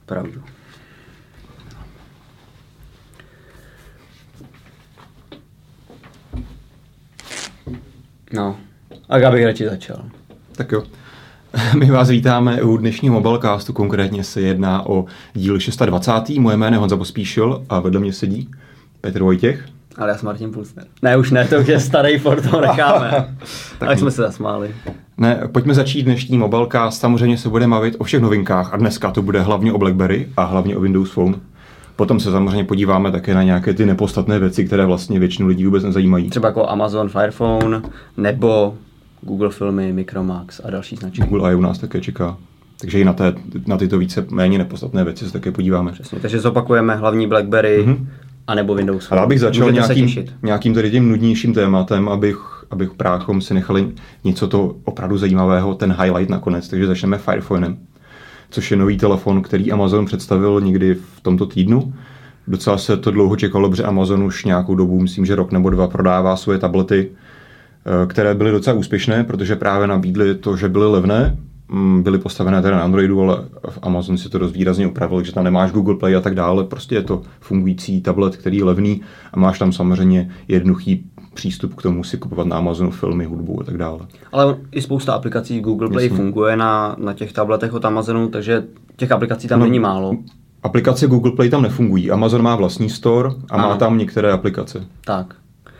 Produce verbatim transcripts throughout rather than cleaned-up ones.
Pravdu. No, a já bych radši začal. Tak jo. My vás vítáme u dnešního Mobilecastu, konkrétně se jedná o díl dvacátý šestý. Moje jméno je Honza Pospíšil a vedle mě sedí Petr Vojtěch. Ale já jsem Martin Pulsner. Ne, už ne, to už je starý Ford, to necháme. Tak jsme se zasmáli. Ne, pojďme začít dnešní Mobilecast. Samozřejmě se budeme bavit o všech novinkách a dneska to bude hlavně o BlackBerry a hlavně o Windows Phone. Potom se samozřejmě podíváme také na nějaké ty nepodstatné věci, které vlastně většinu lidí vůbec nezajímají. Třeba jako Amazon Fire Phone nebo Google Filmy, Micromax a další značky. Google I O nás také čeká. Takže i na, té, na tyto více méně nepodstatné věci se také podíváme. Přesně, takže zopakujeme hlavní BlackBerry mm-hmm. a nebo Windows Phone. Ale abych začal nějakým, nějakým tady tím nudnějším tématem, abych, abych práchom si nechali něco to opravdu zajímavého, ten highlight nakonec. Takže začneme Fire Phonem, což je nový telefon, který Amazon představil někdy v tomto týdnu. Docela se to dlouho čekalo, protože Amazon už nějakou dobu, myslím, že rok nebo dva, prodává svoje tablety, které byly docela úspěšné, protože právě nabídly to, že byly levné, byly postavené teda na Androidu, ale v Amazon si to dost výrazně upravil, že tam nemáš Google Play a tak dále, prostě je to fungující tablet, který je levný a máš tam samozřejmě jednoduchý přístup k tomu si kupovat na Amazonu filmy, hudbu a tak dále. Ale i spousta aplikací Google Play Jasně. funguje na, na těch tabletech od Amazonu, takže těch aplikací tam no, není málo. Aplikace Google Play tam nefungují. Amazon má vlastní store a ano. má tam některé aplikace. Tak.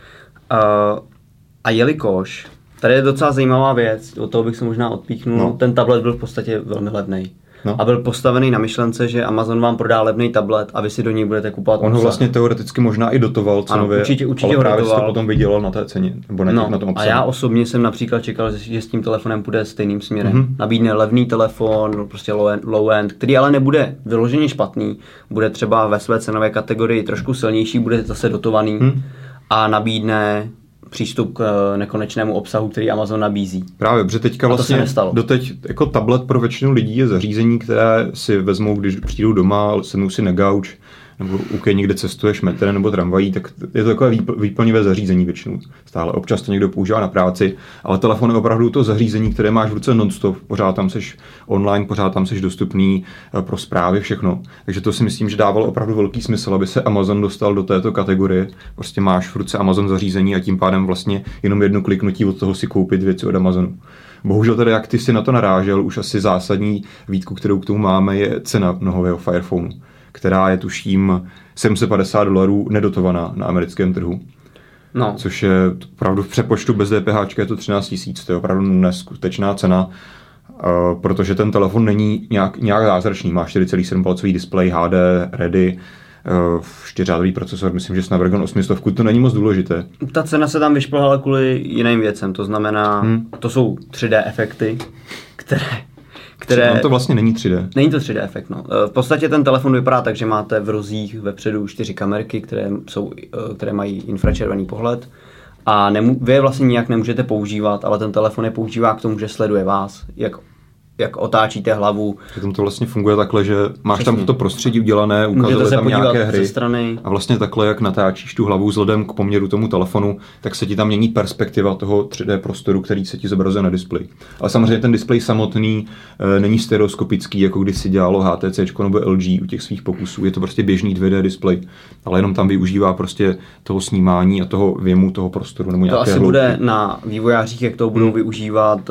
Uh, a jelikož, tady je docela zajímavá věc, od toho bych se možná odpíchnul, no. ten tablet byl v podstatě velmi levný. No. A byl postavený na myšlence, že Amazon vám prodá levný tablet a vy si do něj budete kupovat. On ho vlastně teoreticky možná i dotoval cenově, ano, určitě, určitě ale ho právě dotoval. jste potom vydělal na té ceně, nebo na, no, na tom obsahu. A já osobně jsem například čekal, že s tím telefonem půjde stejným směrem. Mm-hmm. Nabídne levný telefon, prostě low end, který ale nebude vyloženě špatný, bude třeba ve své cenové kategorii trošku silnější, bude zase dotovaný mm. a nabídne přístup k nekonečnému obsahu, který Amazon nabízí. Právě, protože teďka vlastně doteď jako tablet pro většinu lidí je zařízení, které si vezmou, když přijdou doma, sednou si na gauč, nebo ukej někde cestuješ metrem nebo tramvají, tak je to takové výplňové zařízení většinou. Stále občas to někdo používá na práci, ale telefon je opravdu to zařízení, které máš v ruce non-stop, pořád tam seš online, pořád tam seš dostupný pro zprávy, všechno. Takže to si myslím, že dávalo opravdu velký smysl, aby se Amazon dostal do této kategorie. Prostě máš v ruce Amazon zařízení a tím pádem vlastně jenom jedno kliknutí od toho si koupit věci od Amazonu. Bohužel tedy, jak ty si na to narážel, už asi zásadní výtku, kterou k tomu máme, je cena nového Fire Phoneu, která je tuším sedm set padesát dolarů nedotovaná na americkém trhu. No. Což je opravdu v přepočtu bez D P H je to třináct tisíc, to je opravdu neskutečná cena, uh, protože ten telefon není nějak, nějak zázračný, má čtyři celá sedm palcový displej, H D, ready, uh, čtyřjádrový procesor, myslím, že Snapdragon osm set, to není moc důležité. Ta cena se tam vyšplhala kvůli jiným věcem, to znamená, hmm. to jsou tři dé efekty, které... Které... On to vlastně není tři dé. Není to tři dé efekt, no. V podstatě ten telefon vypadá tak, že máte v rozích vepředu čtyři kamerky, které, jsou, které mají infračervený pohled a nemů- vy je vlastně nijak nemůžete používat, ale ten telefon je používá k tomu, že sleduje vás, jak jak otáčíte hlavu. Tam to vlastně funguje takhle, že máš Přesně. tam to prostředí udělané, ukazuje tam nějaké hry strany. A vlastně takhle, jak natáčíš tu hlavu vzhledem k poměru tomu telefonu, tak se ti tam mění perspektiva toho tři dé prostoru, který se ti zobrazuje na displeji. Ale samozřejmě ten displej samotný e, není stereoskopický, jako když si dělalo H T C nebo L G u těch svých pokusů. Je to prostě běžný dvě dé displej, ale jenom tam využívá prostě toho snímání a toho věmu toho prostoru nebo nějaké To asi hloubky. Bude na vývojářích, jak to budou hmm. využívat.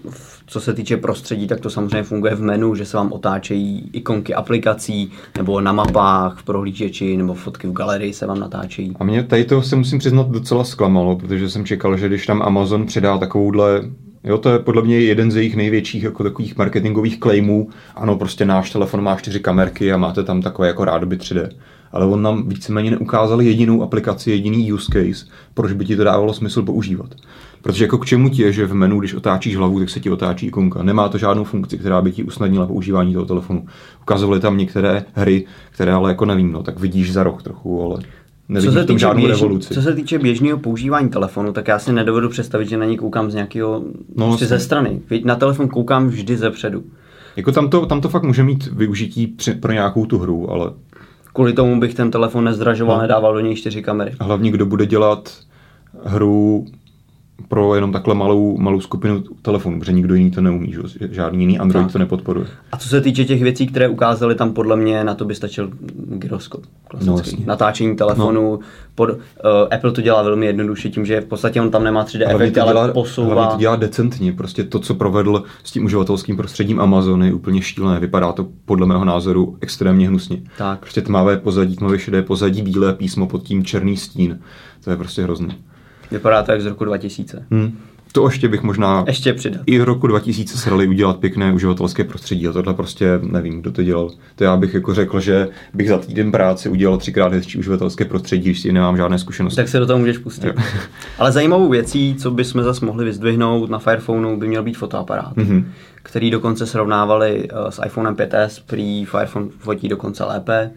Co se týče prostředí, tak to samozřejmě funguje v menu, že se vám otáčejí ikonky aplikací, nebo na mapách v prohlížeči, nebo fotky v galerii se vám natáčejí. A mě tady to se musím přiznat docela zklamalo, protože jsem čekal, že když tam Amazon přidá takovouhle, jo, to je podle mě jeden z jejich největších jako takových marketingových claimů. Ano, prostě náš telefon má čtyři kamerky a máte tam takové jako rádoby tři dé. Ale on nám víceméně neukázal jedinou aplikaci, jediný use case, proč by ti to dávalo smysl používat. Protože jako k čemu ti je, že v menu, když otáčíš hlavu, tak se ti otáčí ikonka. Nemá to žádnou funkci, která by ti usnadnila používání toho telefonu. Ukazovali tam některé hry, které ale jako nevím, no, tak vidíš za roh trochu, ale nevidíš v tom žádnou běž, revoluci. Co se týče běžného používání telefonu, tak já si nedovedu představit, že na ní koukám z nějakého, no, prostě ze strany. Na telefon koukám vždy zepředu. Jako tam to, tam to fakt může mít využití při, pro nějakou tu hru, ale... Kvůli tomu bych ten telefon nezdražoval, no. nedával do něj čtyři kamery. Hlavně kdo bude dělat hru pro jenom takhle malou, malou skupinu telefonů, protože nikdo jiný to neumí, že? Žádný jiný Android tak to nepodporuje. A co se týče těch věcí, které ukázali, tam podle mě na to by stačil gyroskop. Klasický. No, natáčení telefonu. No. Pod, uh, Apple to dělá velmi jednoduše tím, že v podstatě on tam nemá tři dé efekty, ale posouvá. Hlavně to dělá decentně. Prostě to, co provedl s tím uživatelským prostředím Amazon, je úplně šílené. Vypadá to podle mého názoru extrémně hnusně. Tak. Prostě tmavé pozadí, tmavě šedé pozadí, bílé písmo, pod tím černý stín. To je prostě hrozný. Vypadá to jak z roku dva tisíce. Hmm. To ještě bych možná ještě přidat. I v roku dva tisíce se dali udělat pěkné uživatelské prostředí a tohle prostě nevím, kdo to dělal. To já bych jako řekl, že bych za týden práce udělal třikrát hezčí uživatelské prostředí, když si nemám žádné zkušenosti. Tak se do toho můžeš pustit. Ale zajímavou věcí, co bychom zase mohli vyzdvihnout na Firephoneu, by měl být fotoaparát, mm-hmm. který dokonce srovnávali s iPhonem pět es, prý Firephone fotí dokonce lépe.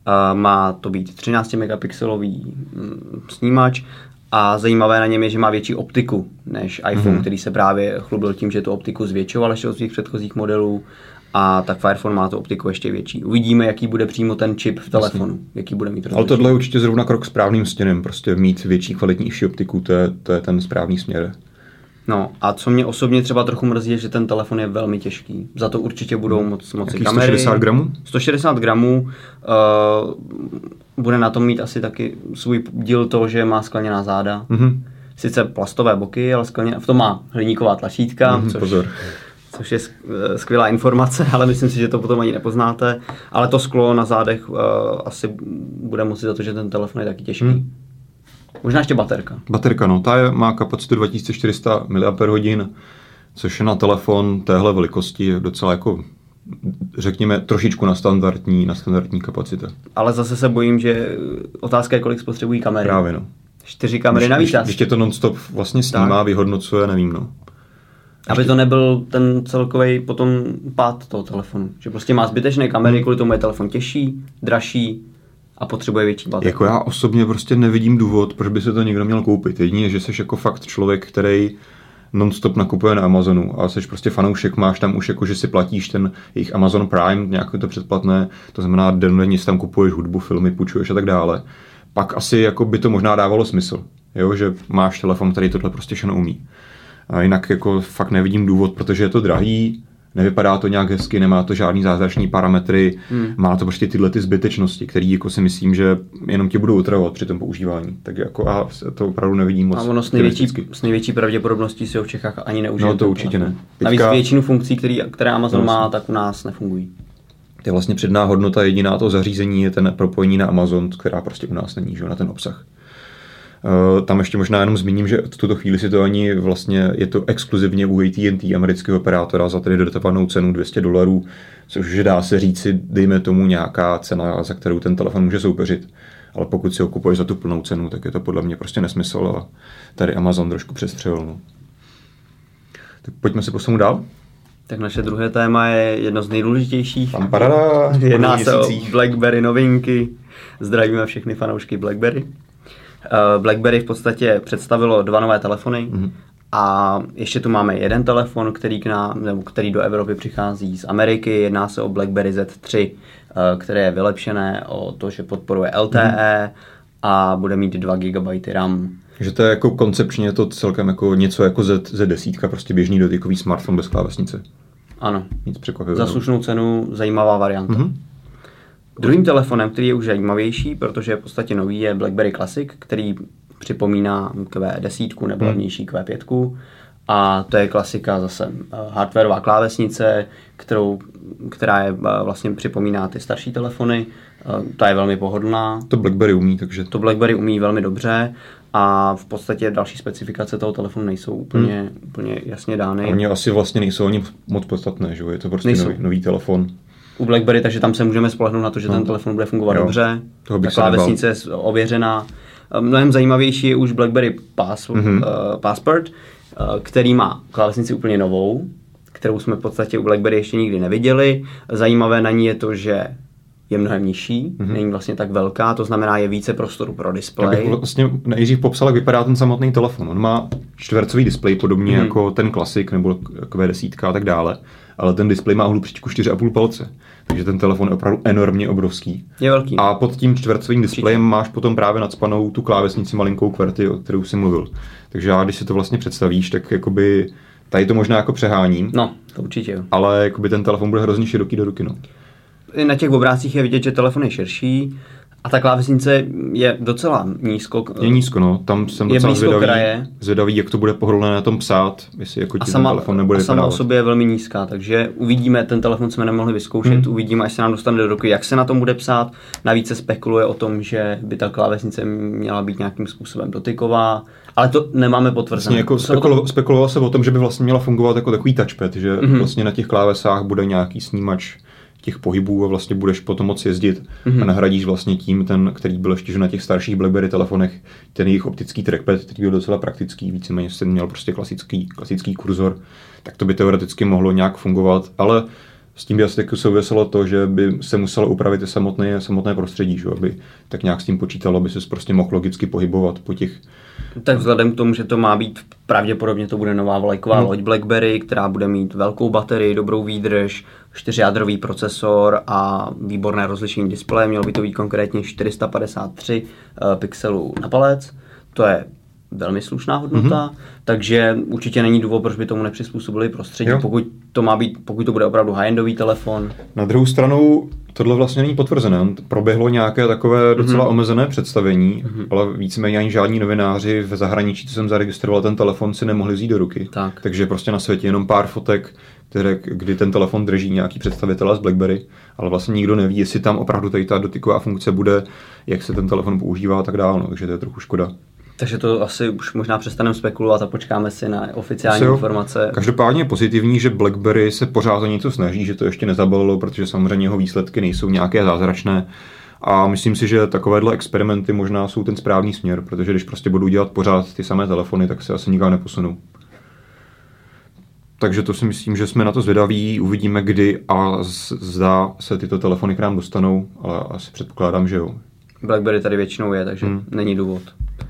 Má to být třináct megapixelový snímač. A zajímavé na něm je, že má větší optiku než iPhone, mm-hmm. který se právě chlubil tím, že tu optiku zvětšoval ještě od svých předchozích modelů. A tak Firephone má tu optiku ještě větší. Uvidíme, jaký bude přímo ten čip v telefonu. Jasně. Jaký bude mít rozlišení. Ale tohle je určitě zrovna krok správným směrem. Prostě mít větší, kvalitnější optiku, to je, to je ten správný směr. No a co mě osobně třeba trochu mrzí, je, že ten telefon je velmi těžký. Za to určitě budou moc, moci Jaký kamery. sto šedesát gramů? sto šedesát gramů. Uh, bude na tom mít asi taky svůj díl toho, že má skleněná záda. Mm-hmm. Sice plastové boky, ale skleněná, v tom má hliníková tlačítka, mm-hmm, což, pozor. což je skvělá informace, ale myslím si, že to potom ani nepoznáte. Ale to sklo na zádech uh, asi bude moci za to, že ten telefon je taky těžký. Mm. Možná ještě baterka. Baterka, no, ta je, má kapacitu dva tisíce čtyři sta miliampérhodin, což je na telefon téhle velikosti docela jako, řekněme, trošičku na standardní, na standardní kapacita. Ale zase se bojím, že otázka je, kolik spotřebují kamery. Právě, no. Čtyři kamery když, navíc. Když, když tě to non-stop vlastně snímá, tak vyhodnocuje, nevím, no. Aby to nebyl ten celkový potom pád toho telefonu. Že prostě má zbytečné kamery, kvůli tomu je telefon těžší, dražší, a potřebuje větší baterku. Jako já osobně prostě nevidím důvod, proč by se to někdo měl koupit. Jedině, že jsi jako fakt člověk, který non-stop nakupuje na Amazonu a jsi prostě fanoušek, máš tam už jako, že si platíš ten jejich Amazon Prime, nějaké to předplatné, to znamená denně si tam kupuješ hudbu, filmy, půjčuješ a tak dále. Pak asi jako by to možná dávalo smysl, jo? Že máš telefon, který tohle prostě všechno umí. A jinak jako fakt nevidím důvod, protože je to drahý, nevypadá to nějak hezky, nemá to žádný zázračný parametry, hmm. má to prostě tyhle ty zbytečnosti, které jako si myslím, že jenom tě budou otravovat při tom používání. Tak jako a to opravdu nevidím moc. A ono s největší, s největší pravděpodobností si ho v Čechách ani neužije. No to určitě ne. Teďka, navíc většinu funkcí, který, které Amazon no, má, tak u nás nefungují. To je vlastně předná hodnota jediná toho zařízení, je ten propojení na Amazon, která prostě u nás není, že na ten obsah. Uh, tam ještě možná jenom zmíním, že v tuto chvíli si to ani vlastně je to exkluzivně u A T and T amerického operátora za tedy dotovanou cenu dvě stě dolarů, což dá se říci, dejme tomu nějaká cena, za kterou ten telefon může soupeřit. Ale pokud si ho kupuješ za tu plnou cenu, tak je to podle mě prostě nesmysl a tady Amazon trošku přestřelil. No. Tak pojďme se posunout dál. Tak naše druhé téma je jedno z nejdůležitějších. Pamparada, jedná se o BlackBerry novinky. Zdravíme všechny fanoušky BlackBerry. BlackBerry v podstatě představilo dva nové telefony mm-hmm. a ještě tu máme jeden telefon, který, k nám, nebo který do Evropy přichází z Ameriky. Jedná se o BlackBerry Z tři, které je vylepšené o to, že podporuje L T E mm-hmm. a bude mít dva gigabajty RAM. Že to je jako koncepčně to celkem jako něco jako Z deset, prostě běžný dotykový smartphone bez klávesnice. Ano. Nic překvapivého. Za slušnou cenu zajímavá varianta. Mm-hmm. Druhým telefonem, který je už zajímavější, protože je v podstatě nový, je BlackBerry Classic, který připomíná Q deset nebo levnější Q pět. A to je klasika zase hardwareová klávesnice, kterou, která je vlastně připomíná ty starší telefony. Ta je velmi pohodlná. To BlackBerry umí, takže... To BlackBerry umí velmi dobře a v podstatě další specifikace toho telefonu nejsou úplně, hmm. úplně jasně dány. Oni asi vlastně nejsou ani moc podstatné, že je to prostě nový, nový telefon. U BlackBerry, takže tam se můžeme spolehnout na to, že no. ten telefon bude fungovat jo, dobře. Ta klávesnice je ověřená. Mnohem zajímavější je už BlackBerry Pass, mm-hmm. uh, Passport, uh, který má klávesnici úplně novou, kterou jsme v podstatě u BlackBerry ještě nikdy neviděli. Zajímavé na ní je to, že je mnohem nižší, mm-hmm. není vlastně tak velká, to znamená, je více prostoru pro displej. Já bych vlastně nejdřív popsal, jak vypadá ten samotný telefon. On má čtvercový displej, podobně mm-hmm. jako ten klasik nebo Q deset a tak dále, ale ten displej má hlu příčku čtyři a půl palce. Takže ten telefon je opravdu enormně obrovský. Je velký. A pod tím čtvercovým displejem máš potom právě nacpanou tu klávesnici malinkou QWERTY, o kterou jsi mluvil. Takže já, když si to vlastně představíš, tak jakoby tady to možná jako přeháním. No, to určitě jo. Ale jakoby ten telefon bude hrozně široký do ruky, no. Na těch obrázcích je vidět, že telefon je širší a ta klávesnice je docela nízko. Je nízko, no. Tam jsem docela zvědavý, zvědavý, jak to bude pohodlné na tom psát, jestli jako ti ten telefon nebude a sama o sobě je velmi nízká, takže uvidíme, ten telefon jsme nemohli vyzkoušet, hmm. uvidíme, až se nám dostane do ruky, jak se na tom bude psát. Navíc se spekuluje o tom, že by ta klávesnice měla být nějakým způsobem dotyková, ale to nemáme potvrzené. Vlastně jako spekulo, tom... Spekulovalo se o tom, že by vlastně měla fungovat jako takový touchpad, že hmm. vlastně na těch klávesách bude nějaký snímač těch pohybů a vlastně budeš potom moc jezdit mm-hmm. a nahradíš vlastně tím ten, který byl ještě na těch starších BlackBerry telefonech, ten jejich optický trackpad, který byl docela praktický, víceméně jsem měl prostě klasický, klasický kurzor, tak to by teoreticky mohlo nějak fungovat, ale s tím by asi taky souviselo to, že by se muselo upravit i samotné, samotné prostředí, že? Aby tak nějak s tím počítalo, aby se prostě mohl logicky pohybovat po těch... Tak vzhledem k tomu, že to má být, pravděpodobně to bude nová vlajková hmm. loď BlackBerry, která bude mít velkou baterii, dobrou výdrž, čtyřjádrový procesor a výborné rozlišení displeje, mělo by to být konkrétně čtyři sta padesát tři uh, pixelů na palec, to je velmi slušná hodnota, mm-hmm. takže určitě není důvod, proč by tomu nepřizpůsobili prostředí, jo. pokud to má být, pokud to bude opravdu high-endový telefon. Na druhou stranu tohle vlastně není potvrzené. Proběhlo nějaké takové docela mm-hmm. omezené představení, mm-hmm. ale víceméně ani žádní novináři v zahraničí, co jsem zaregistroval, ten telefon si nemohli vzít do ruky. Tak. Takže prostě na světě jenom pár fotek, které, kdy ten telefon drží nějaký představitel z BlackBerry, ale vlastně nikdo neví, jestli tam opravdu tady ta dotyková funkce bude, jak se ten telefon používá a tak dále, no, takže to je trochu škoda. Takže to asi už možná přestaneme spekulovat a počkáme si na oficiální Asi informace. Každopádně je pozitivní, že BlackBerry se pořád o něco snaží, že to ještě nezabalilo, protože samozřejmě jeho výsledky nejsou nějaké zázračné. A myslím si, že takovéhle experimenty možná jsou ten správný směr, protože když prostě budou dělat pořád ty samé telefony, tak se asi nikam neposunou. Takže to si myslím, že jsme na to zvědaví, uvidíme kdy a zda se tyto telefony k nám dostanou, ale asi předpokládám, že jo. BlackBerry tady většinou je, takže hmm. není důvod.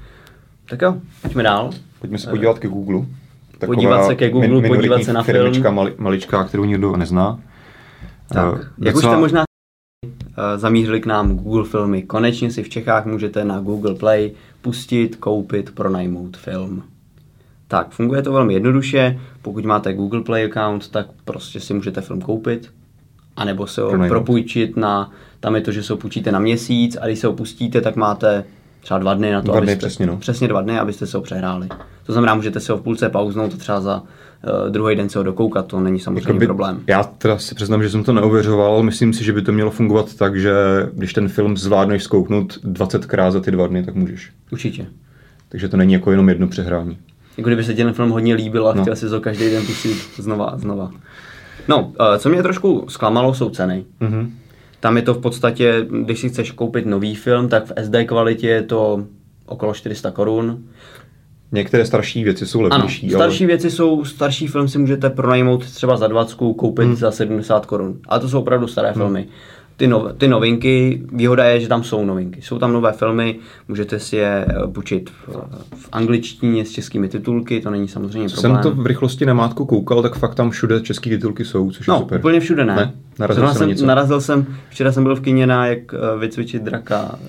Tak jo, pojďme dál. Pojďme se podívat ke Google. Taková podívat se ke Google, podívat se na film. Mali, maličká, kterou nikdo nezná. Tak, uh, jak docela... už jste možná uh, zamířili k nám Google filmy, konečně si v Čechách můžete na Google Play pustit, koupit, pronajmout film. Tak, funguje to velmi jednoduše. Pokud máte Google Play account, tak prostě si můžete film koupit, anebo se ho pronajmout. propůjčit na, tam je to, že se ho půjčíte na měsíc a když se ho pustíte, tak máte třeba dva dny na to, dva dny, abyste, přesně, no. přesně dva dny, abyste se ho přehráli. To znamená, můžete se ho v půlce pauznout a třeba za uh, druhý den se ho dokoukat, to není samozřejmě Jakoby, problém. Já teda si přiznám, že jsem to neověřoval, ale myslím si, že by to mělo fungovat tak, že když ten film zvládneš zkouknout dvacetkrát za ty dva dny, tak můžeš. Určitě. Takže to není jako jenom jedno přehrání. Jako kdyby se ti ten film hodně líbil a no. chtěl si ho každý den pustit znova a znova. No, uh, co mě trošku zklamalo, jsou ceny. Mm-hmm. Tam je to v podstatě, když si chceš koupit nový film, tak v S D kvalitě je to okolo čtyři sta korun. Některé starší věci jsou levnější. Ano, starší ale... věci jsou, starší film si můžete pronajmout třeba za dvacet, koupit hmm. za sedmdesát korun. Ale to jsou opravdu staré hmm. filmy. Ty, nov, ty novinky, výhoda je, že tam jsou novinky. Jsou tam nové filmy, můžete si je půjčit v, v angličtině s českými titulky, to není samozřejmě problém. Jsem to v rychlosti na mátku koukal, tak fakt tam všude české titulky jsou, což je no, super. No, úplně všude ne. ne? Narazil jsem, jsem něco. Narazil jsem, včera jsem byl v kině na Jak vycvičit draka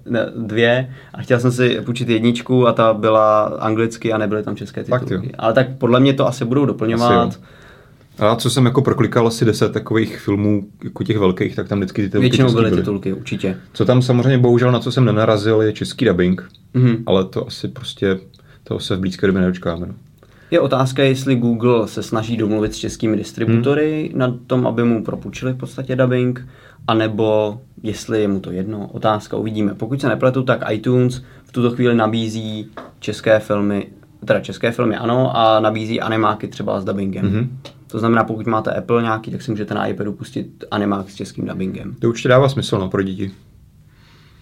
dvě a chtěl jsem si půjčit jedničku a ta byla anglicky a nebyly tam české titulky. Fakt, ale tak podle mě to asi budou doplňovat. Asi a co jsem jako proklikal asi deset takových filmů, jako těch velkých, tak tam vždycky ty titulky Většinou byly titulky, určitě. Co tam samozřejmě bohužel, na co jsem nenarazil, je český dubbing, mm-hmm. ale to asi prostě, toho se v blízké době nedočkáme. No. Je otázka, jestli Google se snaží domluvit s českými distributory hmm. na tom, aby mu propůjčili v podstatě dubbing, anebo jestli je mu to jedno. Otázka, uvidíme. Pokud se nepletu, tak iTunes v tuto chvíli nabízí české filmy, teda české filmy ano, a nabízí animáky třeba s dubbingem. Mm-hmm. To znamená, pokud máte Apple nějaký, tak si můžete na iPadu pustit animák s českým dubbingem. To určitě dává smysl, no, pro děti.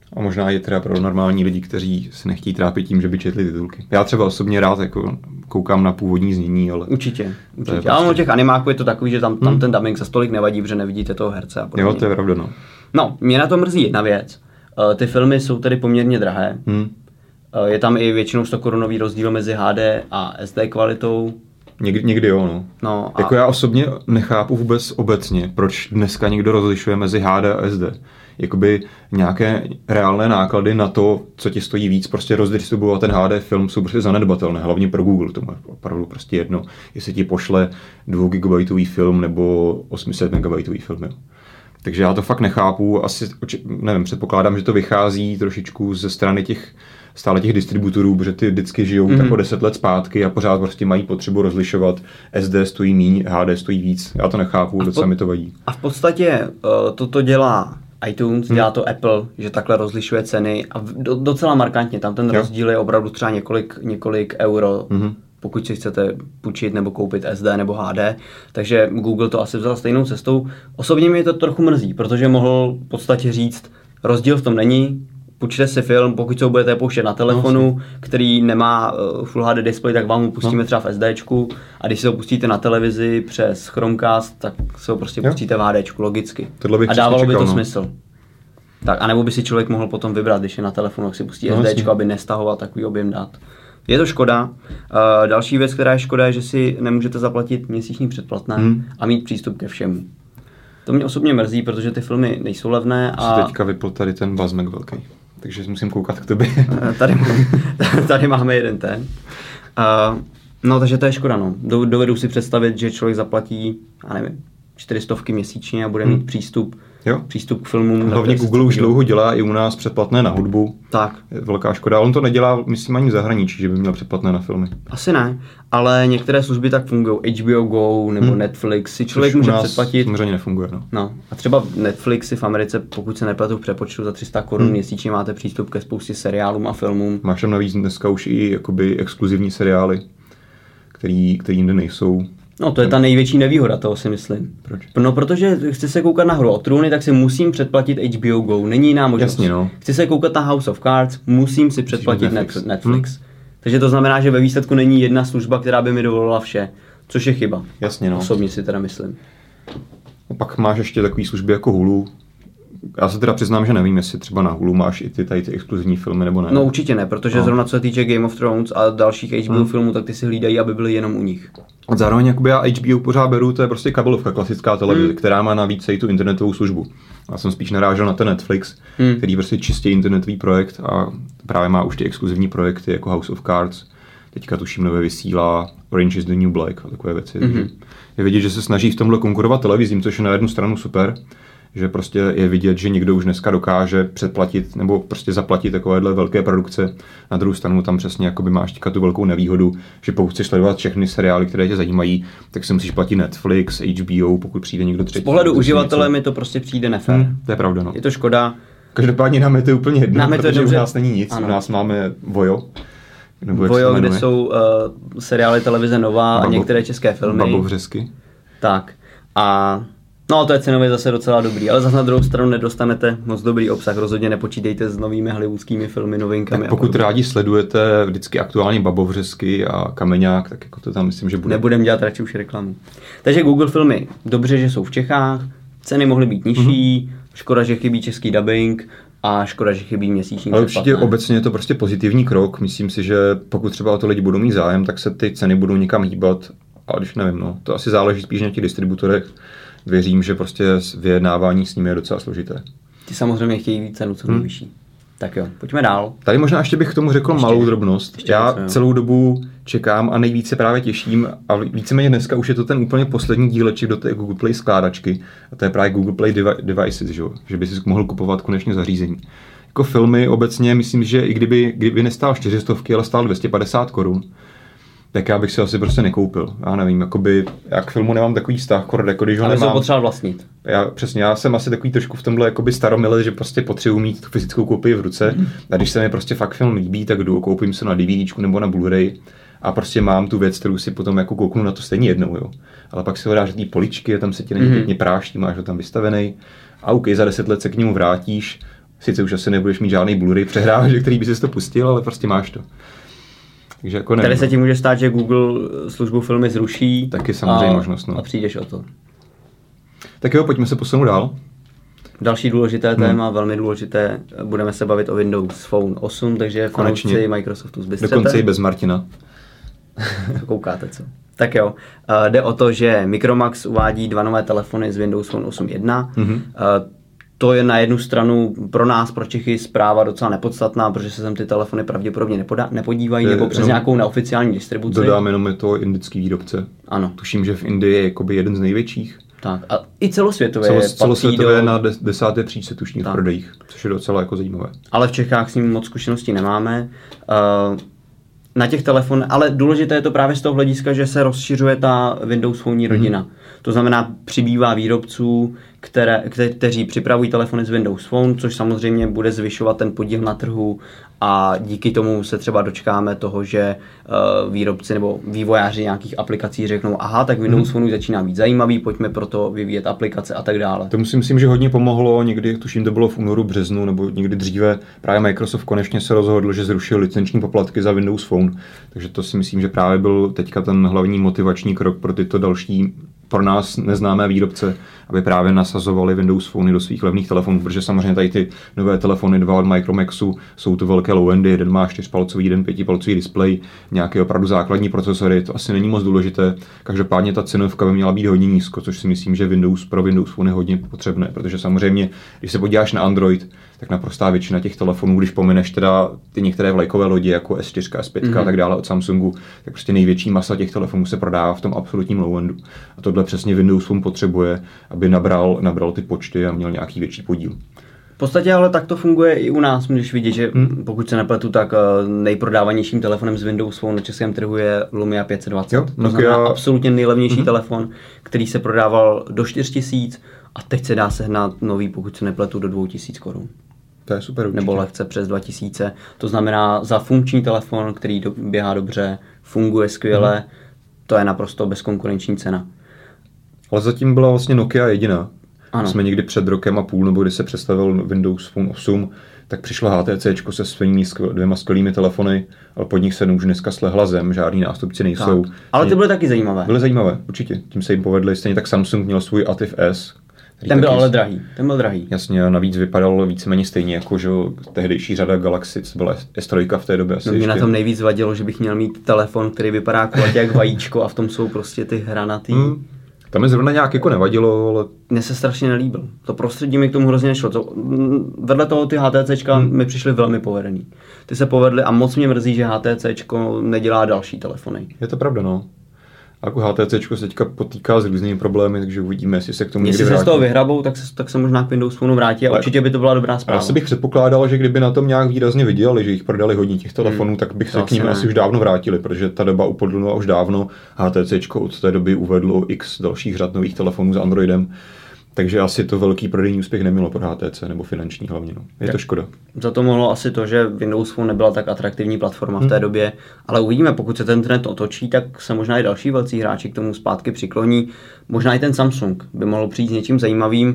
A možná je teda pro normální lidi, kteří se nechtějí trápit tím, že by četli titulky. Já třeba osobně rád jako koukám na původní znění, ale... Určitě, určitě. Prostě... Ale u těch animáků je to takový, že tam, tam hmm. ten dubbing za stolik nevadí, protože nevidíte toho herce a podobně. Jo, to je pravda, no. No, mě na to mrzí jedna věc. Uh, ty filmy jsou tedy poměrně drahé. Hmm. Uh, je tam i většinou sto korunový rozdíl mezi H D a S D kvalitou. Někdy, někdy jo, no. no a... Jako já osobně nechápu vůbec obecně, proč dneska někdo rozlišuje mezi H D a S D. Jakoby nějaké reálné náklady na to, co ti stojí víc, prostě rozdistribuovat ten H D film jsou prostě zanedbatelné, hlavně pro Google, tomu je opravdu prostě jedno, jestli ti pošle dvou gigabajtový film nebo osm set megabajtový film. Jo. Takže já to fakt nechápu, asi, nevím, předpokládám, že to vychází trošičku ze strany těch stále těch distributorů, protože ty vždycky žijou mm. tak o deset let zpátky a pořád prostě mají potřebu rozlišovat, S D stojí míň, H D stojí víc. Já to nechápu, docela mi to vadí. A v podstatě uh, toto dělá iTunes, dělá to Apple, že takhle rozlišuje ceny a docela markantně, tam ten jo. rozdíl je opravdu třeba několik, několik euro, mm-hmm. pokud si chcete půjčit nebo koupit S D nebo H D, takže Google to asi vzal stejnou cestou. Osobně mi to trochu mrzí, protože mohl v podstatě říct, rozdíl v tom není, půjčte si film, pokud se ho budete pouštět na telefonu, no, který nemá uh, Full H D display, tak vám ho pustíme no. třeba v SDčku a když si ho pustíte na televizi přes Chromecast, tak se ho prostě jo. pustíte v HDčku, logicky. A dávalo čekal, by to no. smysl. Tak, anebo by si člověk mohl potom vybrat, když je na telefonu, tak si pustí no, SDčko, aby nestahoval takový objem dat. Je to škoda. Uh, další věc, která je škoda, je, že si nemůžete zaplatit měsíční předplatné hmm. a mít přístup ke všemu. To mě osobně mrzí, protože ty filmy nejsou levné. A teďka vypl tady ten bazmek velký, takže musím koukat k tobě. tady, mám, tady máme jeden ten. Uh, no, takže to je škoda. No. Dovedu si představit, že člověk zaplatí, já nevím, čtyři stovky měsíčně a bude hmm. mít přístup, jo. přístup k filmům. Hlavně Google už dlouho dělá i u nás předplatné na hudbu. Tak. Je velká škoda. On to nedělá, myslím, ani v zahraničí, že by měl předplatné na filmy. Asi ne, ale některé služby tak fungují. H B O Go nebo hmm. Netflix si člověk Což může u nás předplatit. samozřejmě nefunguje. No. no. A třeba Netflix si v Americe, pokud se nepletu v přepočtu za tři sta korun hmm. měsíčně, máte přístup ke spoustě seriálům a filmům. Máš tam navíc dneska už i jakoby exkluzivní seriály, který, který jinde nejsou. No, to je ta největší nevýhoda toho, si myslím. Proč? No, protože chci se koukat na Hru o trůny, tak si musím předplatit H B O Go. Není jiná možnost. Jasně, no. Chci se koukat na House of Cards, musím si předplatit Netflix. Netflix. Hmm. Takže to znamená, že ve výsledku není jedna služba, která by mi dovolila vše. Což je chyba. Jasně, no. Osobně si teda myslím. A pak máš ještě takové služby jako Hulu. Já se teda přiznám, že nevím, jestli třeba na Hulu máš i ty tady ty exkluzivní filmy nebo ne. No určitě ne, protože no. zrovna co se týče Game of Thrones a dalších H B O hmm. filmů, tak ty si hlídají, aby byly jenom u nich. A zároveň jakoby já H B O pořád beru, to je prostě kabelovka, klasická televize, hmm. která má navíc i tu internetovou službu. Já jsem spíš narážel na ten Netflix, hmm. který je prostě čistě internetový projekt a právě má už ty exkluzivní projekty jako House of Cards. Teďka tuším nově vysílá Orange is the New Black a takové věci. Hmm. Je vidět, že se snaží v tomhle konkurovat televizím, což je na jednu stranu super, že prostě je vidět, že někdo už dneska dokáže předplatit nebo prostě zaplatit takovéhle velké produkce. Na druhou stranu tam přesně jakoby máš teďka tu velkou nevýhodu, že pokud chceš sledovat všechny seriály, které tě zajímají, tak si musíš platit Netflix, H B O, pokud přijde někdo třetí. Z pohledu uživatele mi to prostě přijde nefér. Hmm, to je pravda, no. Je to škoda. Každopádně nám je to úplně jedno, nám protože dobře. U nás není nic. Ano. U nás máme Vojo. Vojo, kde jsou uh, seriály televize Nova Babo, a některé české filmy. Babovřesky. Tak. A no, to je cenově zase docela dobrý, ale zase na druhou stranu nedostanete moc dobrý obsah. Rozhodně nepočítejte s novými hollywoodskými filmy, novinkami. Tak pokud rádi sledujete vždycky aktuálně Babovřesky a Kameňák, tak jako to tam myslím, že bude. Nebudem dělat radši už reklamu. Takže Google filmy, dobře, že jsou v Čechách, ceny mohly být nižší, mm-hmm. škoda, že chybí český dubbing a škoda, že chybí měsíční. Ale určitě obecně je to prostě pozitivní krok. Myslím si, že pokud třeba o to lidi budou mít zájem, tak se ty ceny budou někam hýbat. Ale když nevím, no, to asi záleží spíš na těch distributorech. Věřím, že prostě vyjednávání s nimi je docela složité. Ty samozřejmě chtějí víc cenu, co hmm. vyšší. Tak jo, pojďme dál. Tady možná ještě bych k tomu řekl ještě, malou drobnost. Ještě Já něco, celou dobu čekám a nejvíce právě těším a víceméně dneska už je to ten úplně poslední díleček do té Google Play skládačky a to je právě Google Play devi- Devices, že, že by si mohl kupovat konečně zařízení. Jako filmy obecně myslím, že i kdyby, kdyby nestál čtyři stovky, ale stál dvě stě padesát korun, tak já bych si asi prostě nekoupil. Já nevím, jakoby, já k filmu nemám takový vztah, jako když ho ale nemám. Ale potřeba vlastnit. Já, přesně, já jsem asi takový trošku v tomhle jakoby staromile, že prostě potřebuji mít tu fyzickou kopii v ruce mm. a když se mi prostě fakt film líbí, tak jdu, koupím se na DVDčku nebo na Blu-ray a prostě mám tu věc, kterou si potom jako kouknu na to stejně jednou, jo. Ale pak se ho dáš ty poličky a tam se ti na ně pěkně práští, máš ho tam vystavený a OK, za deset let se k němu vrátíš, Sice už asi nebudeš mít žádný Blu-ray přehrávač, který by si to pustil, ale prostě máš to. Takže jako Tady se ti může stát, že Google službu filmy zruší. Taky samozřejmě a, možnost. No. A přijdeš o to. Tak jo, pojďme se posunout dál. Další důležité hmm. téma, velmi důležité, budeme se bavit o Windows Phone osm, takže fanoušci Microsoftu zbystřete. Dokonce i bez Martina. Koukáte, co? Tak jo, uh, jde o to, že Micromax uvádí dva nové telefony z Windows Phone osm jedna. Mm-hmm. Uh, to je na jednu stranu pro nás, pro Čechy, zpráva docela nepodstatná, protože se sem ty telefony pravděpodobně nepoda- nepodívají, je, nebo přes nějakou neoficiální distribuci. Dodám jenom, je to indický výrobce. Ano. Tuším, že v Indii je jakoby jeden z největších. Tak a i celosvětově Celos, celosvětově do... na des, desáté příčce tuším v prodejích, což je docela jako zajímavé. Ale v Čechách s ním moc zkušeností nemáme. Uh, na těch telefonech, ale důležité je to právě z toho hlediska, že se rozšiřuje ta Windows Phone rodina. Mm. To znamená, přibývá výrobců, které, kte, kteří připravují telefony z Windows Phone, což samozřejmě bude zvyšovat ten podíl na trhu a díky tomu se třeba dočkáme toho, že uh, výrobci nebo vývojáři nějakých aplikací řeknou, aha, tak Windows mm. Phone začíná být zajímavý, pojďme proto vyvíjet aplikace a tak dále. To si myslím, že hodně pomohlo, někdy, tuším, to bylo v únoru, březnu, nebo někdy dříve, právě Microsoft konečně se rozhodl, že zrušil licenční poplatky za Windows Phone, takže to si myslím, že právě byl teďka ten hlavní motivační krok pro tyto další pro nás neznámé výrobce, aby právě nasazovali Windows Phony do svých levných telefonů, protože samozřejmě tady ty nové telefony dva od Micromaxu jsou to velké low-endy, jeden má čtyřpalcový, jeden pětipalcový displej, nějaké opravdu základní procesory, to asi není moc důležité. Každopádně ta cenovka by měla být hodně nízko, což si myslím, že Windows pro Windows Phone je hodně potřebné, protože samozřejmě, když se podíváš na Android, tak naprostá většina těch telefonů, když pomineš teda ty některé vlajkové lodi jako S čtyři, S pět mm-hmm. a tak dále od Samsungu, tak prostě největší masa těch telefonů se prodává v tom absolutním low-endu. A tohle přesně Windows Phone potřebuje, aby nabral, nabral ty počty a měl nějaký větší podíl. V podstatě ale tak to funguje i u nás, můžeš vidět, že hmm. pokud se nepletu, tak nejprodávanějším telefonem z Windows Phone na českém trhu je Lumia pět set dvacet. Jo, to znamená absolutně nejlevnější hmm. telefon, který se prodával do čtyři tisíc a teď se dá sehnat nový, pokud se nepletu, do dvě tisíce korun. To je super určitě. Nebo lehce přes dva tisíce. To znamená za funkční telefon, který do, běhá dobře, funguje skvěle, hmm. to je naprosto bezkonkurenční cena. Ale zatím byla vlastně Nokia jediná. Ano. Jsme někdy před rokem a půl, nebo kdy se představil Windows Phone osm, tak přišlo H T C se svými dvěma skvělými telefony, ale pod nich se už dneska slehla zem, žádný nástupci nejsou. Tak. Ale ty byly taky zajímavé. Byly zajímavé, určitě. Tím se jim povedli. Stejně tak Samsung měl svůj Ativ S. Ten byl ale drahý. Ten byl drahý. Jasně, a navíc vypadal víceméně stejně jako že tehdejší řada Galaxy, co byla S tři v té době. Asi no, mě na tom nejvíc vadilo, že bych měl mít telefon, který vypadá kulatě jak vajíčko a v tom jsou prostě ty hranatý. Hmm. Tam mi zrovna nějak jako nevadilo, ale... Mně se strašně nelíbil. To prostředí mi k tomu hrozně nešlo. To, vedle toho ty HTCčka hmm. mi přišly velmi povedený. Ty se povedly a moc mě mrzí, že HTCčko nedělá další telefony. Je to pravda, no. A jako HTCčko se teďka potýká s různými problémy, takže uvidíme, jestli se k tomu někdy vrátí. Jestli se z toho vyhrabou, tak se, tak se možná k Windows Phone vrátí a ale určitě by to byla dobrá zpráva. Já si bych předpokládal, že kdyby na tom nějak výrazně vydělali, že jich prodali hodně těch telefonů, hmm. tak bych se to k ním asi už dávno vrátili, protože ta doba upodlnula už dávno. HTCčko od té doby uvedlo x dalších řad nových telefonů s Androidem. Takže asi to velký prodejní úspěch nemělo pro H T C, nebo finanční hlavně. No. Je tak to škoda. Za to mohlo asi to, že Windows Phone nebyla tak atraktivní platforma hmm. v té době, ale uvidíme, pokud se ten trend otočí, tak se možná i další velcí hráči k tomu zpátky přikloní. Možná i ten Samsung by mohl přijít s něčím zajímavým.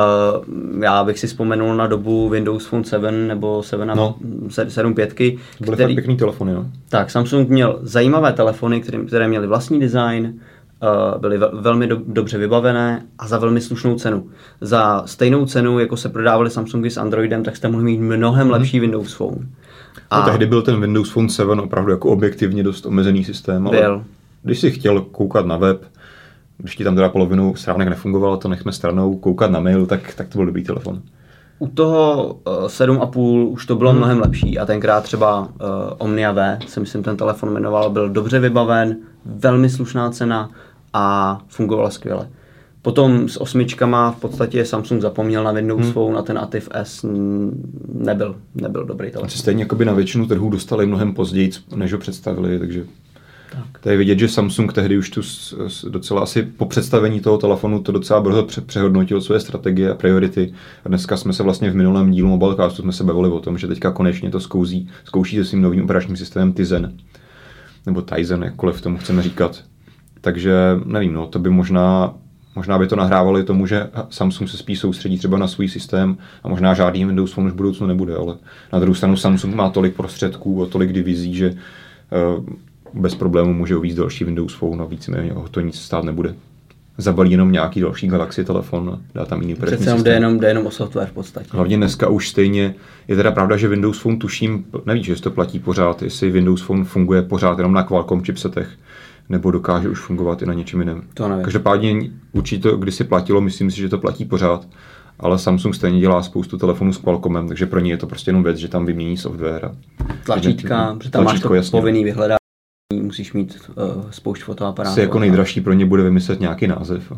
Uh, já bych si vzpomenul na dobu Windows Phone sedm nebo sedm, no. sedm pět. Byly který... fakt pěkný telefony, no. Tak, Samsung měl zajímavé telefony, které, které měly vlastní design, Uh, byly ve- velmi do- dobře vybavené a za velmi slušnou cenu. Za stejnou cenu, jako se prodávaly Samsungy s Androidem, tak jste mohli mít mnohem lepší Windows Phone. A no, tehdy byl ten Windows Phone sedm opravdu jako objektivně dost omezený systém, ale byl. Když si chtěl koukat na web, když ti tam teda polovinu stránek nefungovalo, to nechme stranou, koukat na mail, tak, tak to byl dobrý telefon. U toho uh, sedm a půl už to bylo hmm. mnohem lepší a tenkrát třeba uh, Omnia V, se myslím ten telefon jmenoval, byl dobře vybaven, velmi slušná cena a fungoval skvěle. Potom s osmičkama v podstatě Samsung zapomněl na Windows hmm. Phone a ten Ativ S nebyl, nebyl dobrý telefon. Stejně jako by na většinu trhů dostali mnohem později, než ho představili, takže tak. To je vidět, že Samsung tehdy už tu docela asi po představení toho telefonu to docela brzo přehodnotil své strategie a priority. A dneska jsme se vlastně v minulém dílu Mobilecastu jsme se bavili o tom, že teďka konečně to zkouzí, zkouší se svým novým operačním systémem Tizen. Nebo Tizen, jakkoliv tomu chceme říkat. Takže nevím, no, to by možná Možná by to nahrávalo i tomu, že Samsung se spíš soustředí třeba na svůj systém a možná žádný Windows Phone už v budoucnu nebude, ale na druhou stranu Samsung má tolik prostředků a tolik divizí, že uh, bez problému může uvíct další Windows Phone a víceméně ho to nic stát nebude. Zabalí jenom nějaký další Galaxy telefon a dá tam jiný operační systém. Přece jenom jde jenom o software v podstatě. Hlavně dneska už stejně je teda pravda, že Windows Phone tuším, nevíš, jestli to platí pořád, jestli Windows Phone funguje pořád jenom na Qualcomm chipsetech, nebo dokáže už fungovat i na něčem jiném. To nevím. Každopádně určitě to kdysi platilo, myslím si, že to platí pořád, ale Samsung stejně dělá spoustu telefonů s Qualcommem, takže pro ně je to prostě jenom věc, že tam vymění software. Tlačítka, protože tam máš to jasně. Povinný vyhledání, musíš mít uh, spoustu fotoaparátů. Asi jako nejdražší pro ně bude vymyslet nějaký název.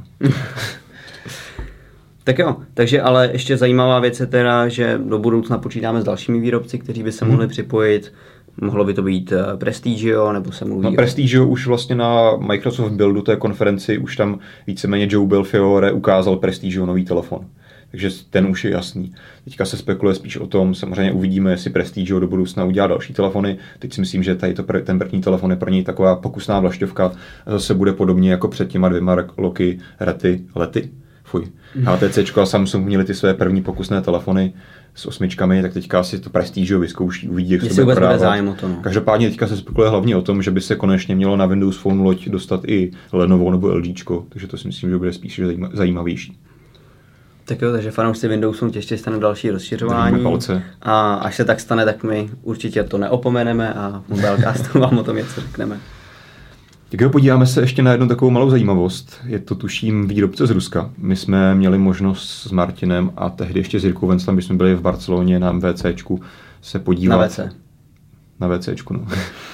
Tak jo, takže ale ještě zajímavá věc je teda, že do budoucna počítáme s dalšími výrobci, kteří by se hmm. mohli připojit. Mohlo by to být Prestigio, nebo se mluví... No, Prestigio už vlastně na Microsoft Buildu té konferenci, už tam víceméně Joe Belfiore ukázal Prestigio nový telefon. Takže ten už je jasný. Teďka se spekuluje spíš o tom, samozřejmě uvidíme, jestli Prestigio do budoucna udělá další telefony. Teď si myslím, že tady to, ten první telefon je pro něj taková pokusná vlašťovka. Zase bude podobně jako před těma dvěma roky Rety, lety. Fuj. H T C a Samsung měli ty své první pokusné telefony s osmičkami, tak teďka si to Prestigio vyzkouší, uvidí, jak se bude prodávat. To, no. Každopádně teďka se spekuluje hlavně o tom, že by se konečně mělo na Windows Phone loď dostat i Lenovo nebo LGčko, takže to si myslím, že bude spíš zajímavější. Tak jo, takže fanoušci Windowsu těště stane další rozšiřování. A až se tak stane, tak my určitě to neopomeneme a v Mobilecastu vám o tom něco řekneme. Tak jo, podíváme se ještě na jednu takovou malou zajímavost. Je to tuším výrobce z Ruska. My jsme měli možnost s Martinem a tehdy ještě s Jirkou Venclem, když jsme byli v Barceloně na VCčku, se podívat. Na VC. Na VCčku, no.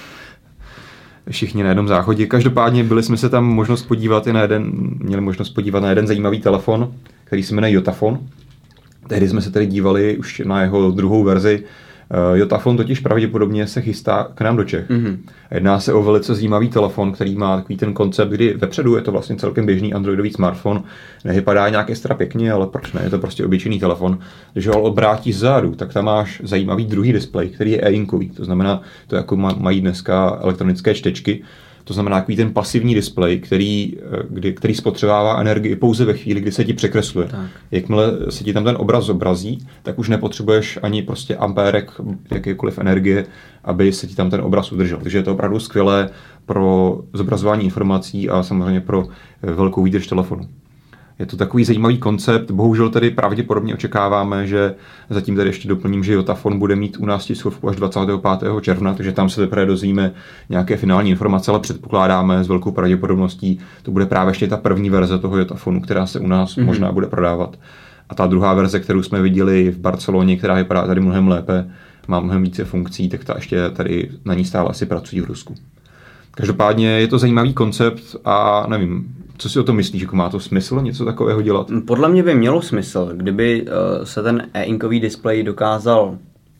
Všichni na jednom záchodě. Každopádně byli jsme se tam možnost podívat i na jeden, měli možnost podívat na jeden zajímavý telefon, který se jmenuje Yotafone. Tehdy jsme se tedy dívali už na jeho druhou verzi. Uh, Yotafone totiž pravděpodobně se chystá k nám do Čech. Mm-hmm. Jedná se o velice zajímavý telefon, který má takový ten koncept, kdy vepředu je to vlastně celkem běžný androidový smartphone. Nevypadá nějak extra pěkně, ale proč ne? Je to prostě obyčejný telefon. Když ho obrátíš zadu, tak tam máš zajímavý druhý displej, který je e-inkový. To znamená, to jako mají dneska elektronické čtečky. To znamená takový ten pasivní displej, který, kdy, který spotřebává energii pouze ve chvíli, kdy se ti překresluje. Tak. Jakmile se ti tam ten obraz zobrazí, tak už nepotřebuješ ani prostě ampérek jakékoliv energie, aby se ti tam ten obraz udržel. Takže je to opravdu skvělé pro zobrazování informací a samozřejmě pro velkou výdrž telefonu. Je to takový zajímavý koncept, bohužel tedy pravděpodobně očekáváme, že zatím tady ještě doplním, že Yotafone bude mít u nás tiskovku až dvacátého pátého června, takže tam se teprve dozvíme nějaké finální informace, ale předpokládáme s velkou pravděpodobností, to bude právě ještě ta první verze toho Yotafonu, která se u nás mm-hmm. možná bude prodávat. A ta druhá verze, kterou jsme viděli v Barceloně, která vypadá tady mnohem lépe, má mnohem více funkcí, tak ta ještě tady na ní stále asi pracují v Rusku. Každopádně je to zajímavý koncept a nevím, co si o tom myslíš, jako má to smysl něco takového dělat? Podle mě by mělo smysl, kdyby uh, se ten e-inkový displej dokázal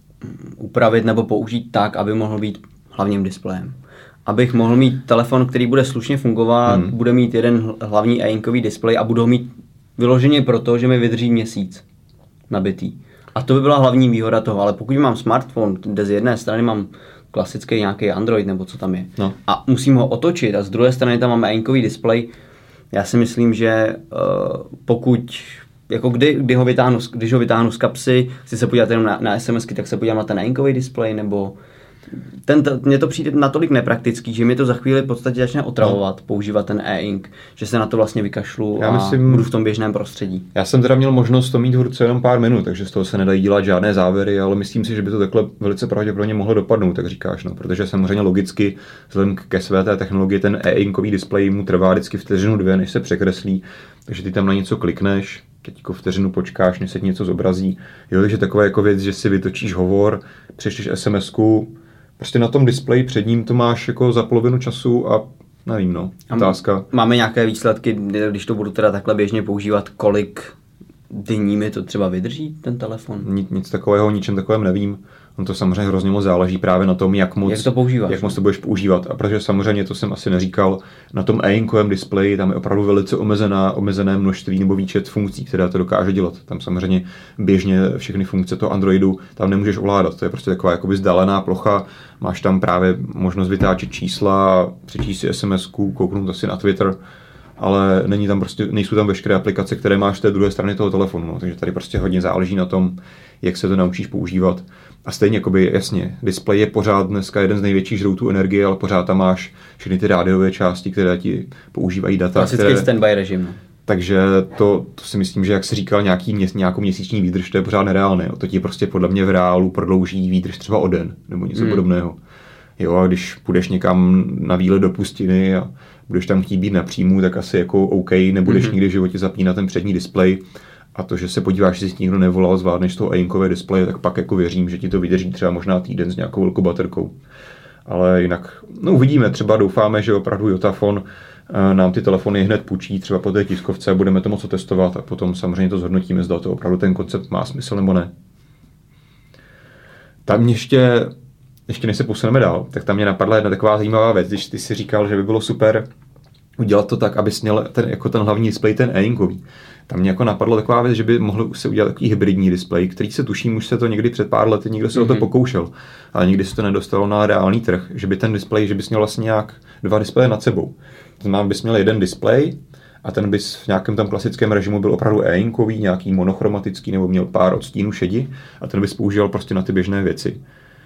upravit nebo použít tak, aby mohl být hlavním displejem. Abych mohl mít telefon, který bude slušně fungovat, hmm. bude mít jeden hlavní e-inkový displej a budu ho mít vyloženě proto, že mi vydrží měsíc nabitý. A to by byla hlavní výhoda toho, ale pokud mám smartphone, kde z jedné strany mám klasický nějaký Android nebo co tam je no. a musím ho otočit a z druhé strany tam mám e-inkový displej, já si myslím, že uh, pokud, jako kdy, kdy ho vytáhnu, když ho vytáhnu z kapsy, chci se podívat jenom na, na SMSky, tak se podívám na ten e-inkový displej, nebo ten, mně to přijde natolik nepraktický, že mi to za chvíli v podstatě začne otravovat, no. používat ten e-ink, že se na to vlastně vykašlu já a myslím, budu v tom běžném prostředí. Já jsem teda měl možnost to mít v ruce jenom pár minut, takže z toho se nedají dělat žádné závěry, ale myslím si, že by to takhle velice pravděpodobně mohlo dopadnout, tak říkáš, no, protože samozřejmě logicky vzhledem ke své té technologii ten e-inkový displej mu trvá vždycky vteřinu dvě, než se překreslí, takže ty tam na něco klikneš, teďko vteřinu počkáš, než se ti něco zobrazí. Jo, takže taková jako věc, že si vytočíš hovor, přečteš SMSku, prostě na tom displeji před ním to máš jako za polovinu času a nevím, no, otázka. Máme nějaké výsledky, když to budu teda takhle běžně používat, kolik dní mi to třeba vydrží ten telefon? Nic, nic takového, ničem takovém nevím. On to samozřejmě hrozně moc záleží právě na tom, jak moc, jak to používáš, jak moc to budeš používat. A protože samozřejmě, to jsem asi neříkal, na tom e-inkovém displeji tam je opravdu velice omezená, omezené množství nebo výčet funkcí, které to dokáže dělat. Tam samozřejmě běžně všechny funkce toho Androidu tam nemůžeš ovládat. To je prostě taková jakoby vzdálená plocha. Máš tam právě možnost vytáčet čísla, přečíst si SMSku, kouknout asi na Twitter. ale není tam prostě, nejsou tam veškeré aplikace, které máš z té druhé strany toho telefonu, no, takže tady prostě hodně záleží na tom, jak se to naučíš používat. A stejně, jakoby, jasně, displej je pořád dneska jeden z největších žroutů energie, ale pořád tam máš všechny ty rádiové části, které ti používají data. Klasický které... standby režim. Takže to, to si myslím, že jak jsi říkal, nějaký měs, nějakou měsíční výdrž, to je pořád nereálné. To ti prostě podle mě v reálu prodlouží výdrž třeba o den, nebo něco hmm. podobného. Jo, a když půjdeš někam na výlet do pustiny a budeš tam chtít být napřímu, tak asi jako OK, nebudeš mm-hmm. nikdy v životě zapínat ten přední displej. A to, že se podíváš, jestli nikdo nevolal, zvládneš z toho A-inkové displeje, tak pak jako věřím, že ti to vydrží třeba možná týden s nějakou velkou baterkou. Ale jinak, no uvidíme, třeba doufáme, že opravdu Jotafone nám ty telefony hned půjčí, třeba po té tiskovce, budeme to moc testovat a potom samozřejmě to zhodnotíme, zda to opravdu ten koncept má smysl nebo ne. Tam ještě, ještě než se posuneme dál, tak tam mě napadla jedna taková zajímavá věc, když ty si říkal, že by bylo super udělat to tak, abys měl ten, jako ten hlavní displej, ten e-inkový. Tam mě jako napadlo taková věc, že by mohl se udělat takový hybridní displej, který se tuším, už se to někdy před pár lety někdo se mm-hmm. o to pokoušel, ale nikdy se to nedostalo na reálný trh, že by ten displej, že bys měl vlastně nějak dva displeje nad sebou. To znamená, bys měl jeden displej a ten bys v nějakém tam klasickém režimu byl opravdu e-inkový, nějaký monochromatický nebo měl pár odstínů šedi a ten bys používal prostě na ty běžné věci.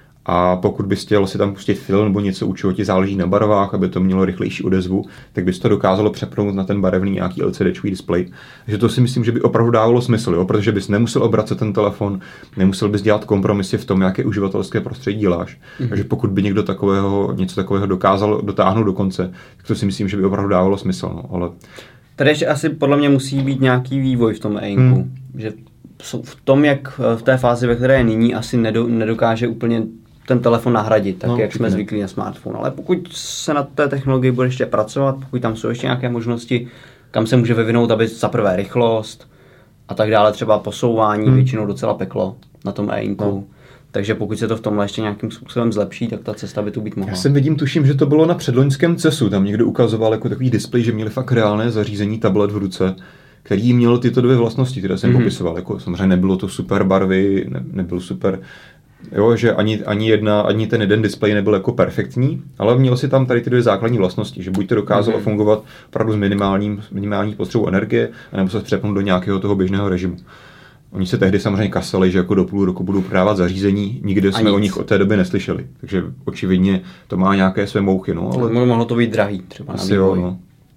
A pokud bys chtěl si tam pustit film nebo něco, u čeho ti záleží na barvách, aby to mělo rychlejší odezvu, tak bys to dokázalo přepnout na ten barevný nějaký LCDčkový displej. Takže to si myslím, že by opravdu dávalo smysl, jo? Protože bys nemusel obracet ten telefon, nemusel bys dělat kompromisy v tom, jaké uživatelské prostředí děláš. Mm-hmm. Takže pokud by někdo takového, něco takového dokázal dotáhnout do konce, tak to si myslím, že by opravdu dávalo smysl. No? Ale... Tady ještě asi podle mě musí být nějaký vývoj v tom e-inku. Hmm. Že v tom, jak v té fázi, ve které je nyní, asi nedokáže úplně ten telefon nahradit, tak no, jak jsme zvyklí na smartphone. Ale pokud se na té technologii bude ještě pracovat, pokud tam jsou ještě nějaké možnosti, kam se může vyvinout, aby za prvé rychlost a tak dále, třeba posouvání, hmm. většinou docela peklo na tom e-inku. No. Takže pokud se to v tomhle ještě nějakým způsobem zlepší, tak ta cesta by tu být mohla. Já jsem vidím, tuším, že to bylo na předloňském cesu, tam někdo ukazoval jako takový displej, že měli fakt reálné zařízení, tablet v ruce, který měl tyto dvě vlastnosti, které jsem mm-hmm. popisoval. Jako, samozřejmě nebylo to super barvy, ne, nebyl super, jo, že ani, ani, jedna, ani ten jeden displej nebyl jako perfektní, ale měl si tam tady ty dvě základní vlastnosti, že buď to dokázalo mm-hmm. fungovat opravdu s minimálním, minimální potřebou energie, anebo se přepnout do nějakého toho běžného režimu. Oni se tehdy samozřejmě kasali, že jako do půl roku budou prodávat zařízení, nikdy jsme o nich od té doby neslyšeli. Takže očividně to má nějaké své mouchy. No, ale... Mohlo to být drahý třeba asi na vývoj. Jo, no.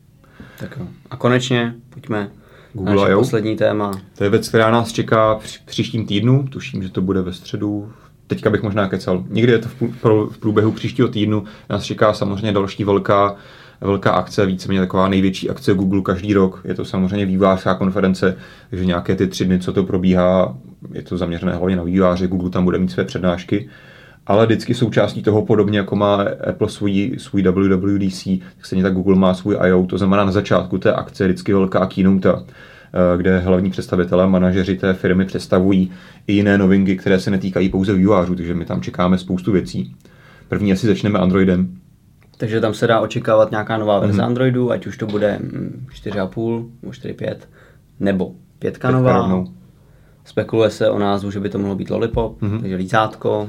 Tak jo. A konečně pojďme Google naše poslední téma. To je věc, která nás čeká v příštím týdnu. Tuším, že to bude ve středu. Teďka bych možná kecal. Někdy je to v průběhu příštího týdnu. Nás čeká samozřejmě další velká velká akce, víceméně taková největší akce Google každý rok. Je to samozřejmě vývojářská konference, takže nějaké ty tři dny, co to probíhá, je to zaměřené hlavně na vývojáře, Google tam bude mít své přednášky, ale vždycky součástí toho podobně, jako má Apple svůj, svůj W W D C, tak stejně tak Google má svůj I O, to znamená na začátku té akce vždycky velká keynote, kde hlavní představitelé, manažeři té firmy představují i jiné novinky, které se netýkají pouze vývojářů, takže my tam čekáme spoustu věcí. První asi začneme Androidem. Takže tam se dá očekávat nějaká nová verze mm. Androidu, ať už to bude čtyři a půl, nebo čtyři pět, nebo pětka nová. Rovnou. Spekuluje se o názvu, že by to mohlo být Lollipop, mm. takže lízátko.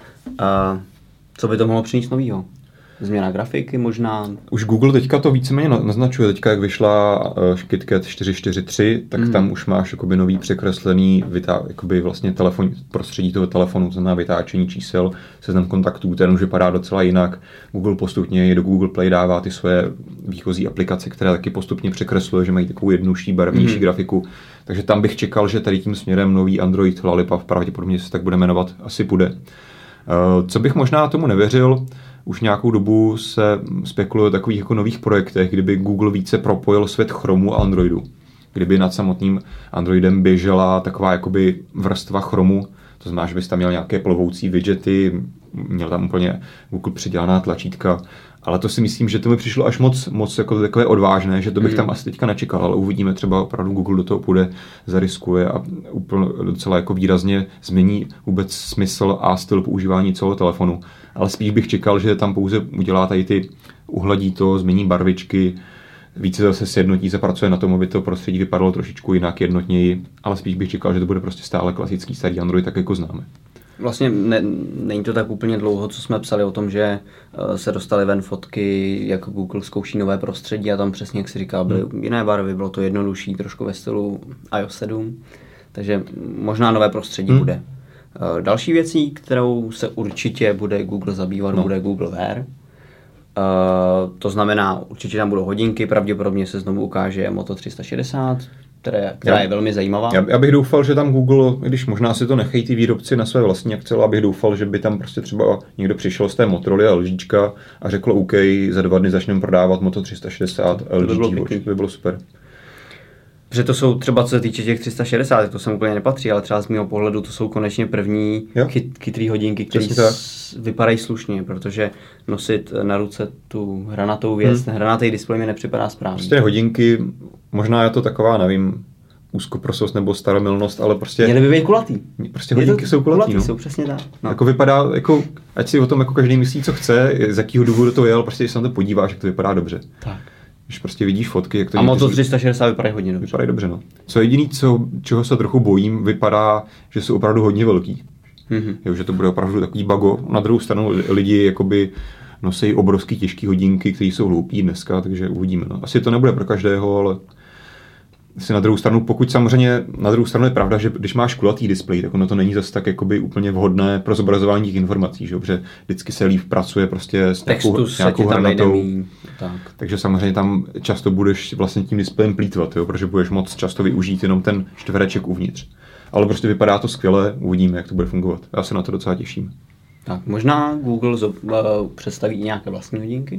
A co by to mohlo přinést novýho? Změna grafiky možná? Už Google teďka to víceméně naznačuje. Teďka, jak vyšla uh, KitKat čtyři čtyři tři, tak mm. tam už máš jakoby nový překreslený vytá- jakoby vlastně telefon, prostředí toho telefonu, to znamená vytáčení čísel, seznam kontaktů, ten už vypadá docela jinak. Google postupně i do Google Play dává ty svoje výchozí aplikace, které taky postupně překresluje, že mají takovou jednodušší, barevnější mm. grafiku. Takže tam bych čekal, že tady tím směrem nový Android Lollipop pravděpodobně se tak bude jmenovat, asi půjde. Uh, co bych možná tomu nevěřil, už nějakou dobu se spekuluje o takových jako nových projektech, kdyby Google více propojil svět Chromu a Androidu. Kdyby nad samotným Androidem běžela taková jakoby vrstva Chromu, to znamená, že bys tam měl nějaké plovoucí widgety, měl tam úplně Google přidělaná tlačítka, ale to si myslím, že to mi přišlo až moc, moc jako takové odvážné, že to bych mm. tam asi teďka nečekal, ale uvidíme, třeba opravdu Google do toho půjde, zariskuje a úplně docela jako výrazně změní vůbec smysl a styl používání celého telefonu. Ale spíš bych čekal, že tam pouze udělá tady ty, uhladí to, změní barvičky, více zase sjednotí, zapracuje na tom, aby to prostředí vypadalo trošičku jinak, jednotněji, ale spíš bych čekal, že to bude prostě stále klasický starý Android, tak jako známe. Vlastně ne, není to tak úplně dlouho, co jsme psali o tom, že uh, se dostaly ven fotky, jak Google zkouší nové prostředí a tam přesně, jak si říkal, byly hmm. jiné barvy, bylo to jednodušší, trošku ve stylu i O S sedm, takže možná nové prostředí hmm. bude. Uh, další věcí, kterou se určitě bude Google zabývat, no. bude Google Wear. Uh, to znamená, určitě tam budou hodinky, pravděpodobně se znovu ukáže Moto tři sta šedesát, které, která já, je velmi zajímavá. Já, já bych doufal, že tam Google, když možná si to nechají ty výrobci na své vlastní akce, ale abych doufal, že by tam prostě třeba někdo přišel z té Motorola a LGčka a řekl OK, za dva dny začneme prodávat Moto tři sta šedesát to L G by bylo, G, to by bylo super. Protože to jsou třeba, co se týče těch tři sta šedesát, to sem úplně nepatří, ale třeba z mého pohledu to jsou konečně první chyt, chytrý hodinky, které vypadají slušně, protože nosit na ruce tu hranatou věc, hmm. hranatý displej mi nepřipadá správně. Prostě hodinky, možná je to taková, nevím, úzkoprosost nebo staromilnost, ale prostě... Měly by být kulatý. Prostě hodinky jsou kulatý, kulatý no. jsou přesně tak. No. Jako vypadá, jako, ať si o tom jako každý myslí, co chce, z jakého důvodu to je, ale prostě když se na to podíváš, jak to vypadá dobře. Tak. Když prostě vidíš fotky, jak to... A Moto tři sta šedesát vypadají hodně dobře. Vypadají dobře, no. Co jediný, co, čeho se trochu bojím, vypadá, že jsou opravdu hodně velký. Mm-hmm. Jo, že to bude opravdu takový bago. Na druhou stranu lidi jakoby nosí obrovský těžký hodinky, které jsou hloupí dneska, takže uvidíme. No. Asi to nebude pro každého, ale si na druhou stranu, pokud samozřejmě, na druhou stranu je pravda, že když máš kulatý displej, tak ono to není zase tak jakoby úplně vhodné pro zobrazování těch informací, že? Protože vždycky se líp pracuje prostě s nějakou, nějakou hranatou. Tak. Takže samozřejmě tam často budeš vlastně tím displejem plýtvat, jo? Protože budeš moc často využít jenom ten čtvereček uvnitř. Ale prostě vypadá to skvěle, uvidíme, jak to bude fungovat. Já se na to docela těším. Tak, možná Google zo- uh, představí nějaké vlastní hodinky?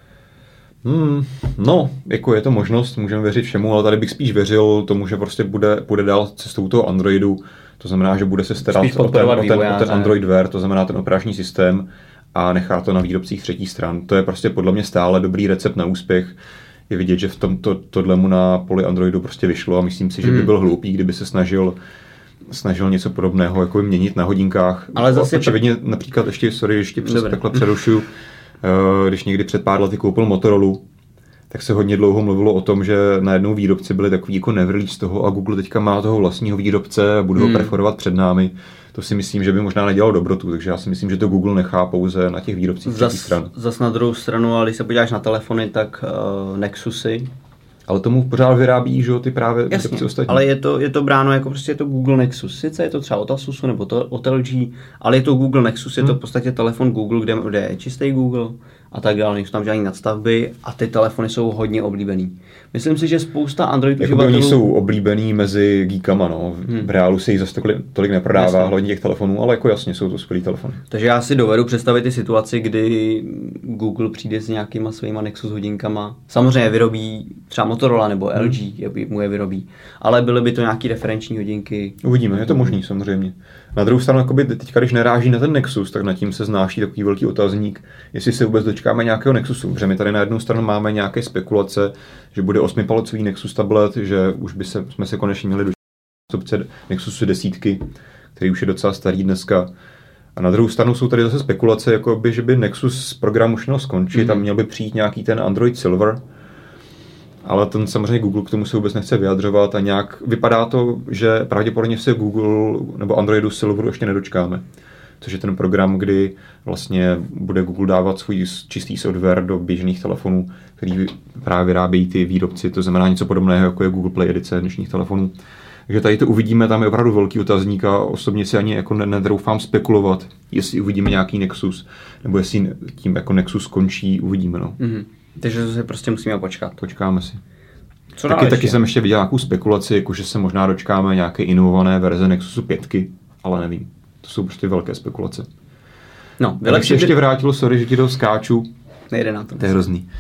Hmm, no, jako je to možnost, můžeme věřit všemu, ale tady bych spíš věřil tomu, že prostě bude, bude dál cestou toho Androidu, to znamená, že bude se starat o ten, o, ten, o ten Android Wear, to znamená ten operační systém a nechá to na výrobcích třetí stran. To je prostě podle mě stále dobrý recept na úspěch. Je vidět, že v tomto tohle mu na poli Androidu prostě vyšlo a myslím si, že by byl hloupý, kdyby se snažil snažil něco podobného jako měnit na hodinkách. Ale zase očividně například ještě, sorry, ještě přes takhle přerušuju, když někdy před pár lety koupil Motorola, tak se hodně dlouho mluvilo o tom, že najednou výrobci byli takový jako nevrlí z toho a Google teďka má toho vlastního výrobce a bude hmm. ho preferovat před námi. To si myslím, že by možná nedělalo dobrotu, takže já si myslím, že to Google nechá pouze na těch výrobcích třetí stran. Zas na druhou stranu, ale když se podíváš na telefony, tak uh, Nexusy. Ale tomu pořád vyrábí, že ty právě výrobci ostatní. Ale je to, je to bráno jako prostě je to Google Nexus. Sice je to třeba od Asusu nebo to, od L G, ale je to Google Nexus, je hmm. to v podstatě telefon Google, kde, kde je čistý Google a tak dále, nejsou tam žádný nadstavby a ty telefony jsou hodně oblíbený. Myslím si, že spousta Android jako uživatelů... Oni jsou oblíbený mezi geekama, no. Hmm. V reálu se jich zase tolik, tolik neprodává, hlavně těch telefonů, ale jako jasně jsou to skvělý telefony. Takže já si dovedu představit ty situaci, kdy Google přijde s nějakýma svýma Nexus hodinkama. Samozřejmě vyrobí třeba Motorola nebo L G, hmm. mu je vyrobí, ale byly by to nějaký referenční hodinky. Uvidíme, je to možný samozřejmě. Na druhou stranu, jakoby teďka, když neráží na ten Nexus, tak nad tím se znáší takový velký otazník, jestli se vůbec dočkáme nějakého Nexusu. Protože my tady na jednu stranu máme nějaké spekulace, že bude osmipalcový Nexus tablet, že už by se, jsme se konečně měli dočkat Nexusu desítky, který už je docela starý dneska. A na druhou stranu jsou tady zase spekulace, jakoby, že by Nexus program už měl skončit, mm-hmm. tam měl by přijít nějaký ten Android Silver, ale ten samozřejmě Google k tomu se vůbec nechce vyjadřovat a nějak vypadá to, že pravděpodobně se Google nebo Androidu Silveru ještě nedočkáme. Což je ten program, kdy vlastně bude Google dávat svůj čistý software do běžných telefonů, který právě vyrábějí ty výrobci, to znamená něco podobného, jako je Google Play edice dnešních telefonů. Takže tady to uvidíme, tam je opravdu velký otazník a osobně si ani jako netroufám spekulovat, jestli uvidíme nějaký Nexus, nebo jestli tím jako Nexus skončí, uvidíme. No. Mm-hmm. Takže to se prostě musíme počkat. Počkáme si. Co taky, taky jsem ještě viděl nějakou spekulaci, jako že se možná dočkáme nějaké inovované verze Nexusu pětky, ale nevím. To jsou prostě velké spekulace. No, vylepšit... ještě vrátilo, sorry, že ti to skáču. Nejde na to. To je hrozný.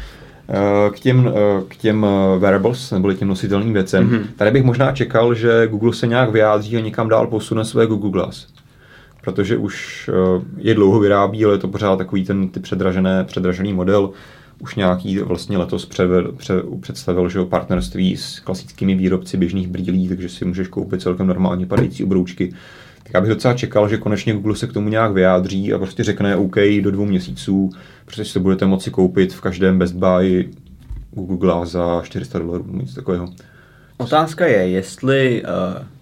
K těm, k těm wearables, neboli těm nositelným věcem, mm-hmm. tady bych možná čekal, že Google se nějak vyjádří a někam dál posune své Google Glass. Protože už je dlouho vyrábí, ale je to pořád takový ten ty předražené, předražený model. Už nějaký vlastně letos přever, pře, představil, že partnerství s klasickými výrobci běžných brýlí, takže si můžeš koupit celkem normálně padající obroučky. Tak já bych docela čekal, že konečně Google se k tomu nějak vyjádří a prostě řekne OK, do dvou měsíců, prostě si to budete moci koupit v každém Best Buy Google Glass za čtyři sta dolarů, nic takového. Otázka je, jestli uh,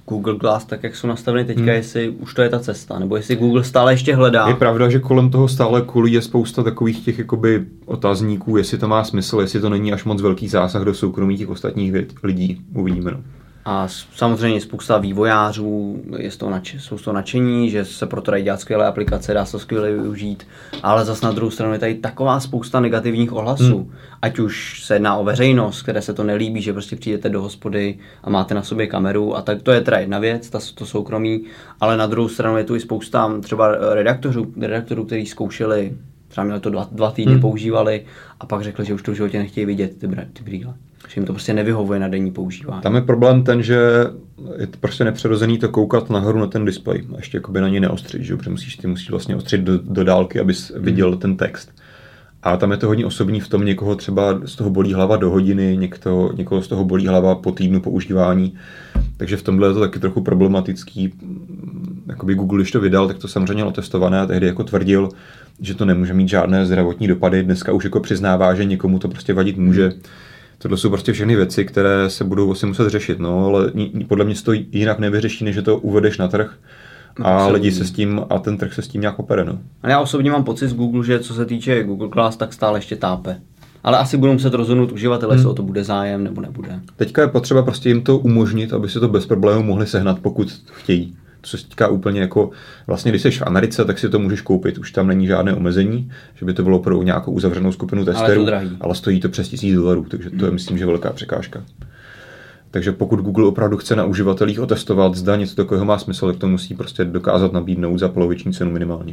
Google Glass, tak jak jsou nastaveny teďka, hmm. jestli už to je ta cesta, nebo jestli Google stále ještě hledá. Je pravda, že kolem toho stále kulí je spousta takových těch jakoby otazníků, jestli to má smysl, jestli to není až moc velký zásah do soukromí těch ostatních věd, lidí. Uvidíme. No. A samozřejmě spousta vývojářů je z toho nadš- jsou z toho nadšení, že se proto dají dělat skvělé aplikace, dá se to skvěle využít, ale zase na druhou stranu je tady taková spousta negativních ohlasů. Hmm. Ať už se jedná o veřejnost, které se to nelíbí, že prostě přijdete do hospody a máte na sobě kameru a tak to je teda jedna věc, ta, to soukromí, ale na druhou stranu je tu i spousta třeba redaktorů, redaktorů, kteří zkoušeli, třeba měli to dva, dva týdny hmm. používali a pak řekli, že už to v životě nechtějí vidět ty, ty brýle. Že jim to prostě nevyhovuje na denní používání. Tam je problém ten, že je to prostě nepřirozený to koukat nahoru na ten displej a ještě jakoby na něj neostřit, že? Protože musíš, ty musíš vlastně ostřit do, do dálky, abys viděl hmm. ten text. A tam je to hodně osobní v tom, někoho třeba z toho bolí hlava do hodiny, někdo, někoho z toho bolí hlava po týdnu používání. Takže v tomhle je to taky trochu problematický. Jakoby Google, když to vydal, tak to samozřejmě otestované a tehdy jako tvrdil, že to nemůže mít žádné zdravotní dopady. Dneska už jako přiznává, že někomu to prostě vadit může. Tohle jsou prostě všechny věci, které se budou asi muset řešit, no, ale podle mě to jinak nevyřeší, než že to uvedeš na trh a lidi se s tím a ten trh se s tím nějak opere, no. Ale já osobně mám pocit z Google, že co se týče Google Glass, tak stále ještě tápe. Ale asi budou muset rozhodnout uživatele, jestli hmm. o to bude zájem nebo nebude. Teďka je potřeba prostě jim to umožnit, aby si to bez problémů mohli sehnat, pokud chtějí. To se týká úplně jako, vlastně když jsi v Americe, tak si to můžeš koupit, už tam není žádné omezení, že by to bylo pro nějakou uzavřenou skupinu testerů, ale, ale stojí to přes tisíc dolarů, takže to je, myslím, že velká překážka. Takže pokud Google opravdu chce na uživatelích otestovat, zda něco takového má smysl, tak to musí prostě dokázat nabídnout za poloviční cenu minimálně.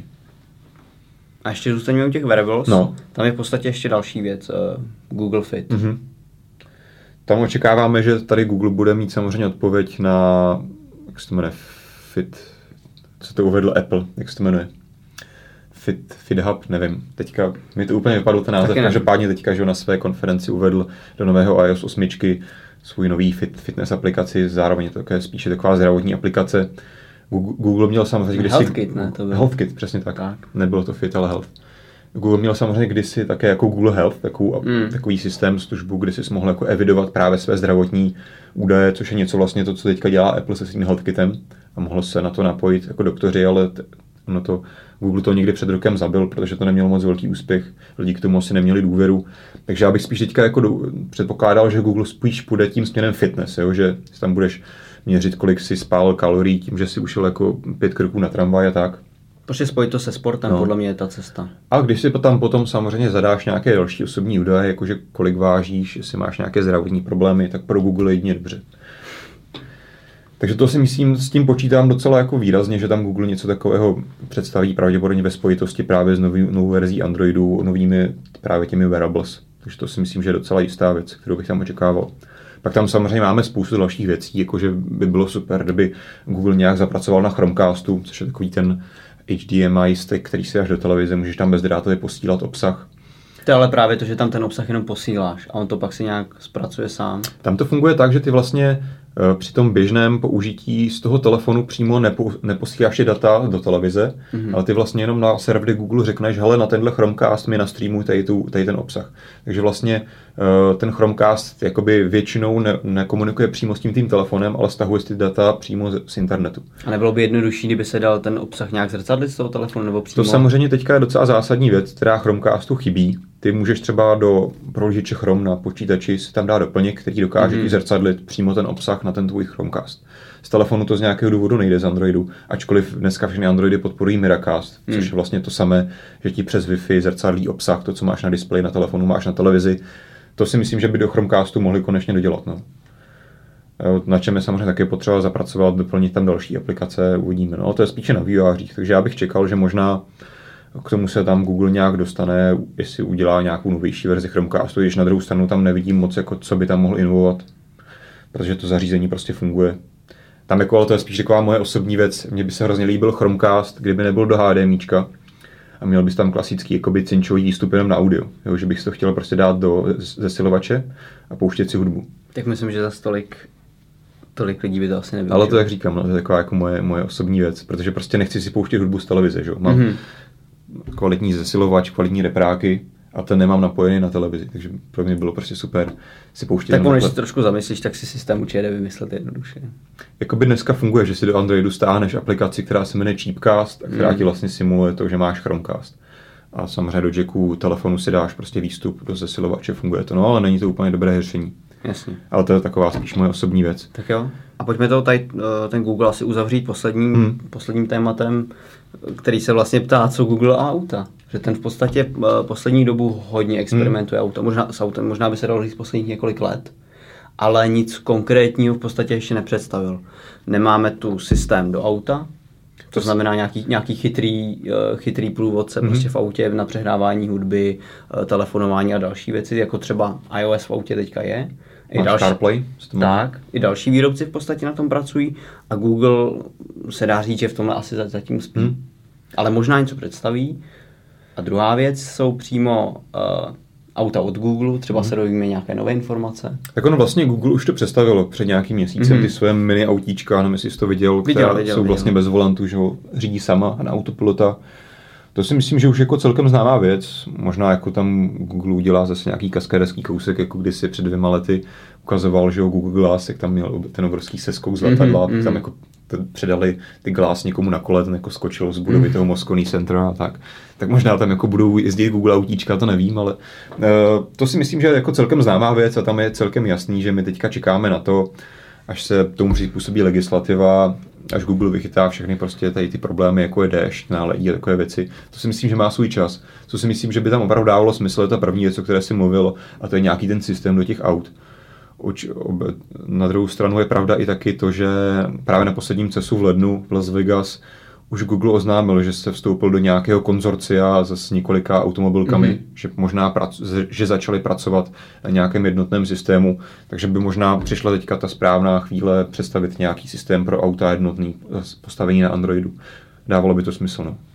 A ještě zůstaneme u těch wearables, no. Tam je v podstatě ještě další věc, uh, Google Fit. Mm-hmm. Tam očekáváme, že tady Google bude mít samozřejmě odpověď na, jak se to jmenuje, Fit, co to uvedl Apple, jak se to jmenuje? Fit, Fit Hub, nevím. Teďka mi to úplně vypadlo ten název, každopádně teďka, že na své konferenci uvedl do nového iOS osm svůj nový fit, fitness aplikaci, zároveň to také spíše taková zdravotní aplikace. Google měl samozřejmě kdysi... HealthKit, ne? To byl... HealthKit, přesně tak. tak. Nebylo to Fit, ale Health. Google měl samozřejmě kdysi také jako Google Health, takovou, mm. takový systém, službu, kde jsi mohl jako evidovat právě své zdravotní údaje, což je něco vlastně to, co teďka dělá Apple se svým HealthKitem a mohlo se na to napojit jako doktoři, ale t- ono to, Google to někdy před rokem zabil, protože to nemělo moc velký úspěch, lidi k tomu asi neměli důvěru, takže já bych spíš teďka jako do, předpokládal, že Google spíš půjde tím směrem fitness, jo? Že tam budeš měřit, kolik si spálil kalorií tím, že si ušel jako pět kroků na tramvaj a tak. Prostě spojit to se sportem, no. Podle mě je ta cesta. A když si tam potom samozřejmě zadáš nějaké další osobní údaje, jakože kolik vážíš, jestli máš nějaké zdravotní problémy, tak pro Google je jedině dobře. Takže to si myslím, s tím počítám docela jako výrazně, že tam Google něco takového představí pravděpodobně ve spojitosti právě s nový, novou verzí Androidu, novými právě těmi wearables. Takže to si myslím, že je docela jistá věc, kterou bych tam očekával. Pak tam samozřejmě máme spoustu dalších věcí, jakože by bylo super, kdyby Google nějak zapracoval na Chromecastu, což je takový ten H D M I stick, který si až do televize, můžeš tam bezdrátově posílat obsah. To je ale právě to, že tam ten obsah jenom posíláš a on to pak si nějak zpracuje sám. Tam to funguje tak, že ty vlastně při tom běžném použití z toho telefonu přímo nepo, neposíláš ty data do televize, mm-hmm. ale ty vlastně jenom na servery Google řekneš, hele, na tenhle Chromecast mi nastreamuj tady, tu, tady ten obsah. Takže vlastně ten Chromecast jakoby většinou ne, nekomunikuje přímo s tím tím telefonem, ale stahuje ty data přímo z, z internetu. A nebylo by jednodušší, kdyby se dal ten obsah nějak zrcadlit z toho telefonu nebo přímo? To samozřejmě teďka je docela zásadní věc, která Chromecastu chybí. Ty můžeš třeba do prohlížeče Chrome na počítači si tam dát doplněk, který dokáže mm-hmm. ti zrcadlit přímo ten obsah na ten tvůj Chromecast. Z telefonu to z nějakého důvodu nejde z Androidu, ačkoliv dneska všechny Androidy podporují Miracast, mm. což je vlastně to samé, že ti přes Wi-Fi zrcadlí obsah, to, co máš na displeji na telefonu, máš na televizi. To si myslím, že by do Chromecastu mohli konečně dodělat. No. Na čem je samozřejmě také potřeba zapracovat, doplnit tam další aplikace, uvidíme. No, to je spíše na vývojářích, takže já bych čekal, že možná k tomu se tam Google nějak dostane, jestli udělá nějakou novější verzi Chromecastu, když na druhou stranu tam nevidím moc, jako, co by tam mohl inovovat, protože to zařízení prostě funguje. Tam jako, ale to je spíš taková moje osobní věc, mně by se hrozně líbil Chromecast, kdyby nebyl do HDMIčka a měl bys tam klasický jakoby cinčový výstup jenom na audio, jo, že bych si to chtěl prostě dát do zesilovače a pouštět si hudbu. Tak myslím, že za tolik, tolik lidí by to asi nevyužilo. Ale to jak říkám, no, to je taková jako moje, moje osobní věc, protože prostě nechci si pouštět hudbu z televize, že? Mám mm-hmm. kvalitní zesilovač, kvalitní repráky a ten nemám napojený na televizi, takže pro mě bylo prostě super si pouštět. Tak když si trošku zamyslíš, tak si systém určitě jde vymyslet jednoduše. Jakoby dneska funguje, že si do Androidu stáhneš aplikaci, která se jmenuje Cheapcast, a která mm. ti vlastně simuluje to, že máš Chromecast. A samozřejmě do jacku telefonu si dáš prostě výstup do zesilovače, funguje to, no ale není to úplně dobré řešení. Jasně. Ale to je taková spíš moje osobní věc. Tak jo. A pojďme to tady, ten Google asi uzavřít posledním, hmm. posledním tématem, který se vlastně ptá, co Google a auta. Že ten v podstatě poslední dobu hodně experimentuje hmm. auta. Možná, s autem možná by se dalo říct posledních několik let, ale nic konkrétního v podstatě ještě nepředstavil. Nemáme tu systém do auta, to znamená nějaký, nějaký chytrý, chytrý průvodce mm-hmm. prostě v autě na přehrávání hudby, telefonování a další věci, jako třeba iOS v autě teďka je. I další, CarPlay? Tak, i další výrobci v podstatě na tom pracují a Google se dá říct, že v tomhle asi zatím spí. Mm. Ale možná něco představí. A druhá věc jsou přímo uh, auta od Google, třeba mm. se dovíme nějaké nové informace. Tak ono vlastně Google už to představilo před nějakým měsícem, mm. ty své mini autíčka, nevím, jestli jsi to viděl, viděl která viděl, jsou vlastně viděl. Bez volantu, že ho řídí sama na autopilota. To si myslím, že už jako celkem známá věc. Možná jako tam Google udělá zase nějaký kaskaderský kousek, jako kdysi před dvěma lety ukazoval, že Google Glass, jak tam měl ten obrovský seskouk z letadla, mm-hmm. tam jako předali ty Glass někomu na kole, ten jako skočil z budovy mm. toho Moscone Center a tak. Tak možná tam jako budou jezdit Google autíčka, to nevím, ale uh, to si myslím, že je jako celkem známá věc a tam je celkem jasný, že my teďka čekáme na to, až se tomu přizpůsobí legislativa, až Google vychytá všechny prostě tady ty problémy, jako je déšť, náledí a takové věci. To si myslím, že má svůj čas. Co si myslím, že by tam opravdu dávalo smysl, je ta první věc, o které si mluvil, a to je nějaký ten systém do těch aut. Uč, ob, na druhou stranu je pravda i taky to, že právě na posledním cesu v lednu v Las Vegas už Google oznámil, že se vstoupil do nějakého konzorcia s několika automobilkami, mm-hmm. že možná prac, že začali pracovat na nějakém jednotném systému, takže by možná přišla teďka ta správná chvíle představit nějaký systém pro auta jednotný, postavení na Androidu. Dávalo by to smysl, no.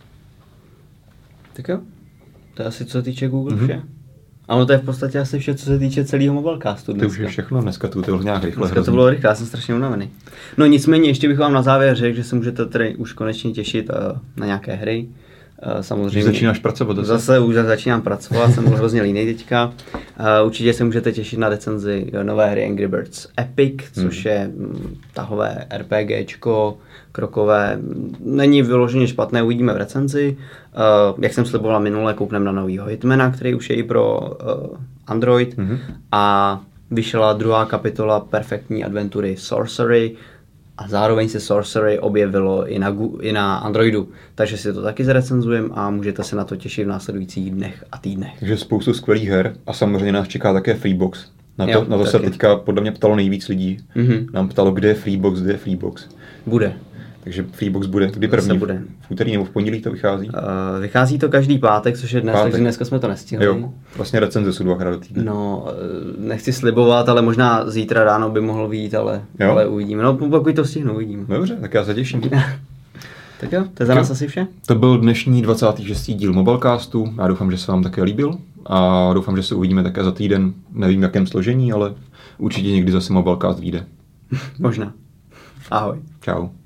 Tak jo, to je asi co se týče Google mm-hmm. vše. Ano, to je v podstatě asi vše, co se týče celého Mobilecastu dneska. To už je všechno, dneska to bylo nějak rychle. Dneska to bylo rychle, já jsem strašně unavený. No nicméně, ještě bych vám na závěr řekl, že se můžete tady už konečně těšit uh, na nějaké hry. Uh, samozřejmě. Už začínáš pracovat zase? Zase už začínám pracovat, jsem byl hrozně línej teďka. Uh, určitě se můžete těšit na recenzi nové hry Angry Birds Epic, což hmm. je mm, tahové RPGčko, krokové. Není vyloženě špatné, uvidíme v recenzi. Uh, jak jsem sliboval minule, koupneme na novýho Hitmana, který už je i pro uh, Android. Mm-hmm. A vyšla druhá kapitola perfektní adventury Sorcery a zároveň se Sorcery objevilo i na, i na Androidu. Takže si to taky zrecenzujeme a můžete se na to těšit v následujících dnech a týdnech. Takže spoustu skvělých her a samozřejmě nás čeká také Freebox. Na to, jo, na to se teďka podle mě ptalo nejvíc lidí. Mm-hmm. Nám ptalo, kde je Freebox, kde je Freebox. Bude. Takže Freebox bude kdy první? Bude. V úterý nebo v pondělí to vychází? Uh, vychází to každý pátek, což je dnes, pátek. Takže dneska jsme to nestihli. Jo, vlastně recenze jsou dvakrát do týdne. No, nechci slibovat, ale možná zítra ráno by mohl vyjít, ale, ale uvidíme. No, pokud to stihnu, uvidíme. Dobře, tak já se těším. Tak jo, to je za nás asi vše. To byl dnešní dvacátý šestý díl Mobilecastu. Já doufám, že se vám také líbil a doufám, že se uvidíme také za týden. Nevím, v jakém složení, ale určitě někdy zase Mobilecast vyjde. Možná. Ahoj. Čau.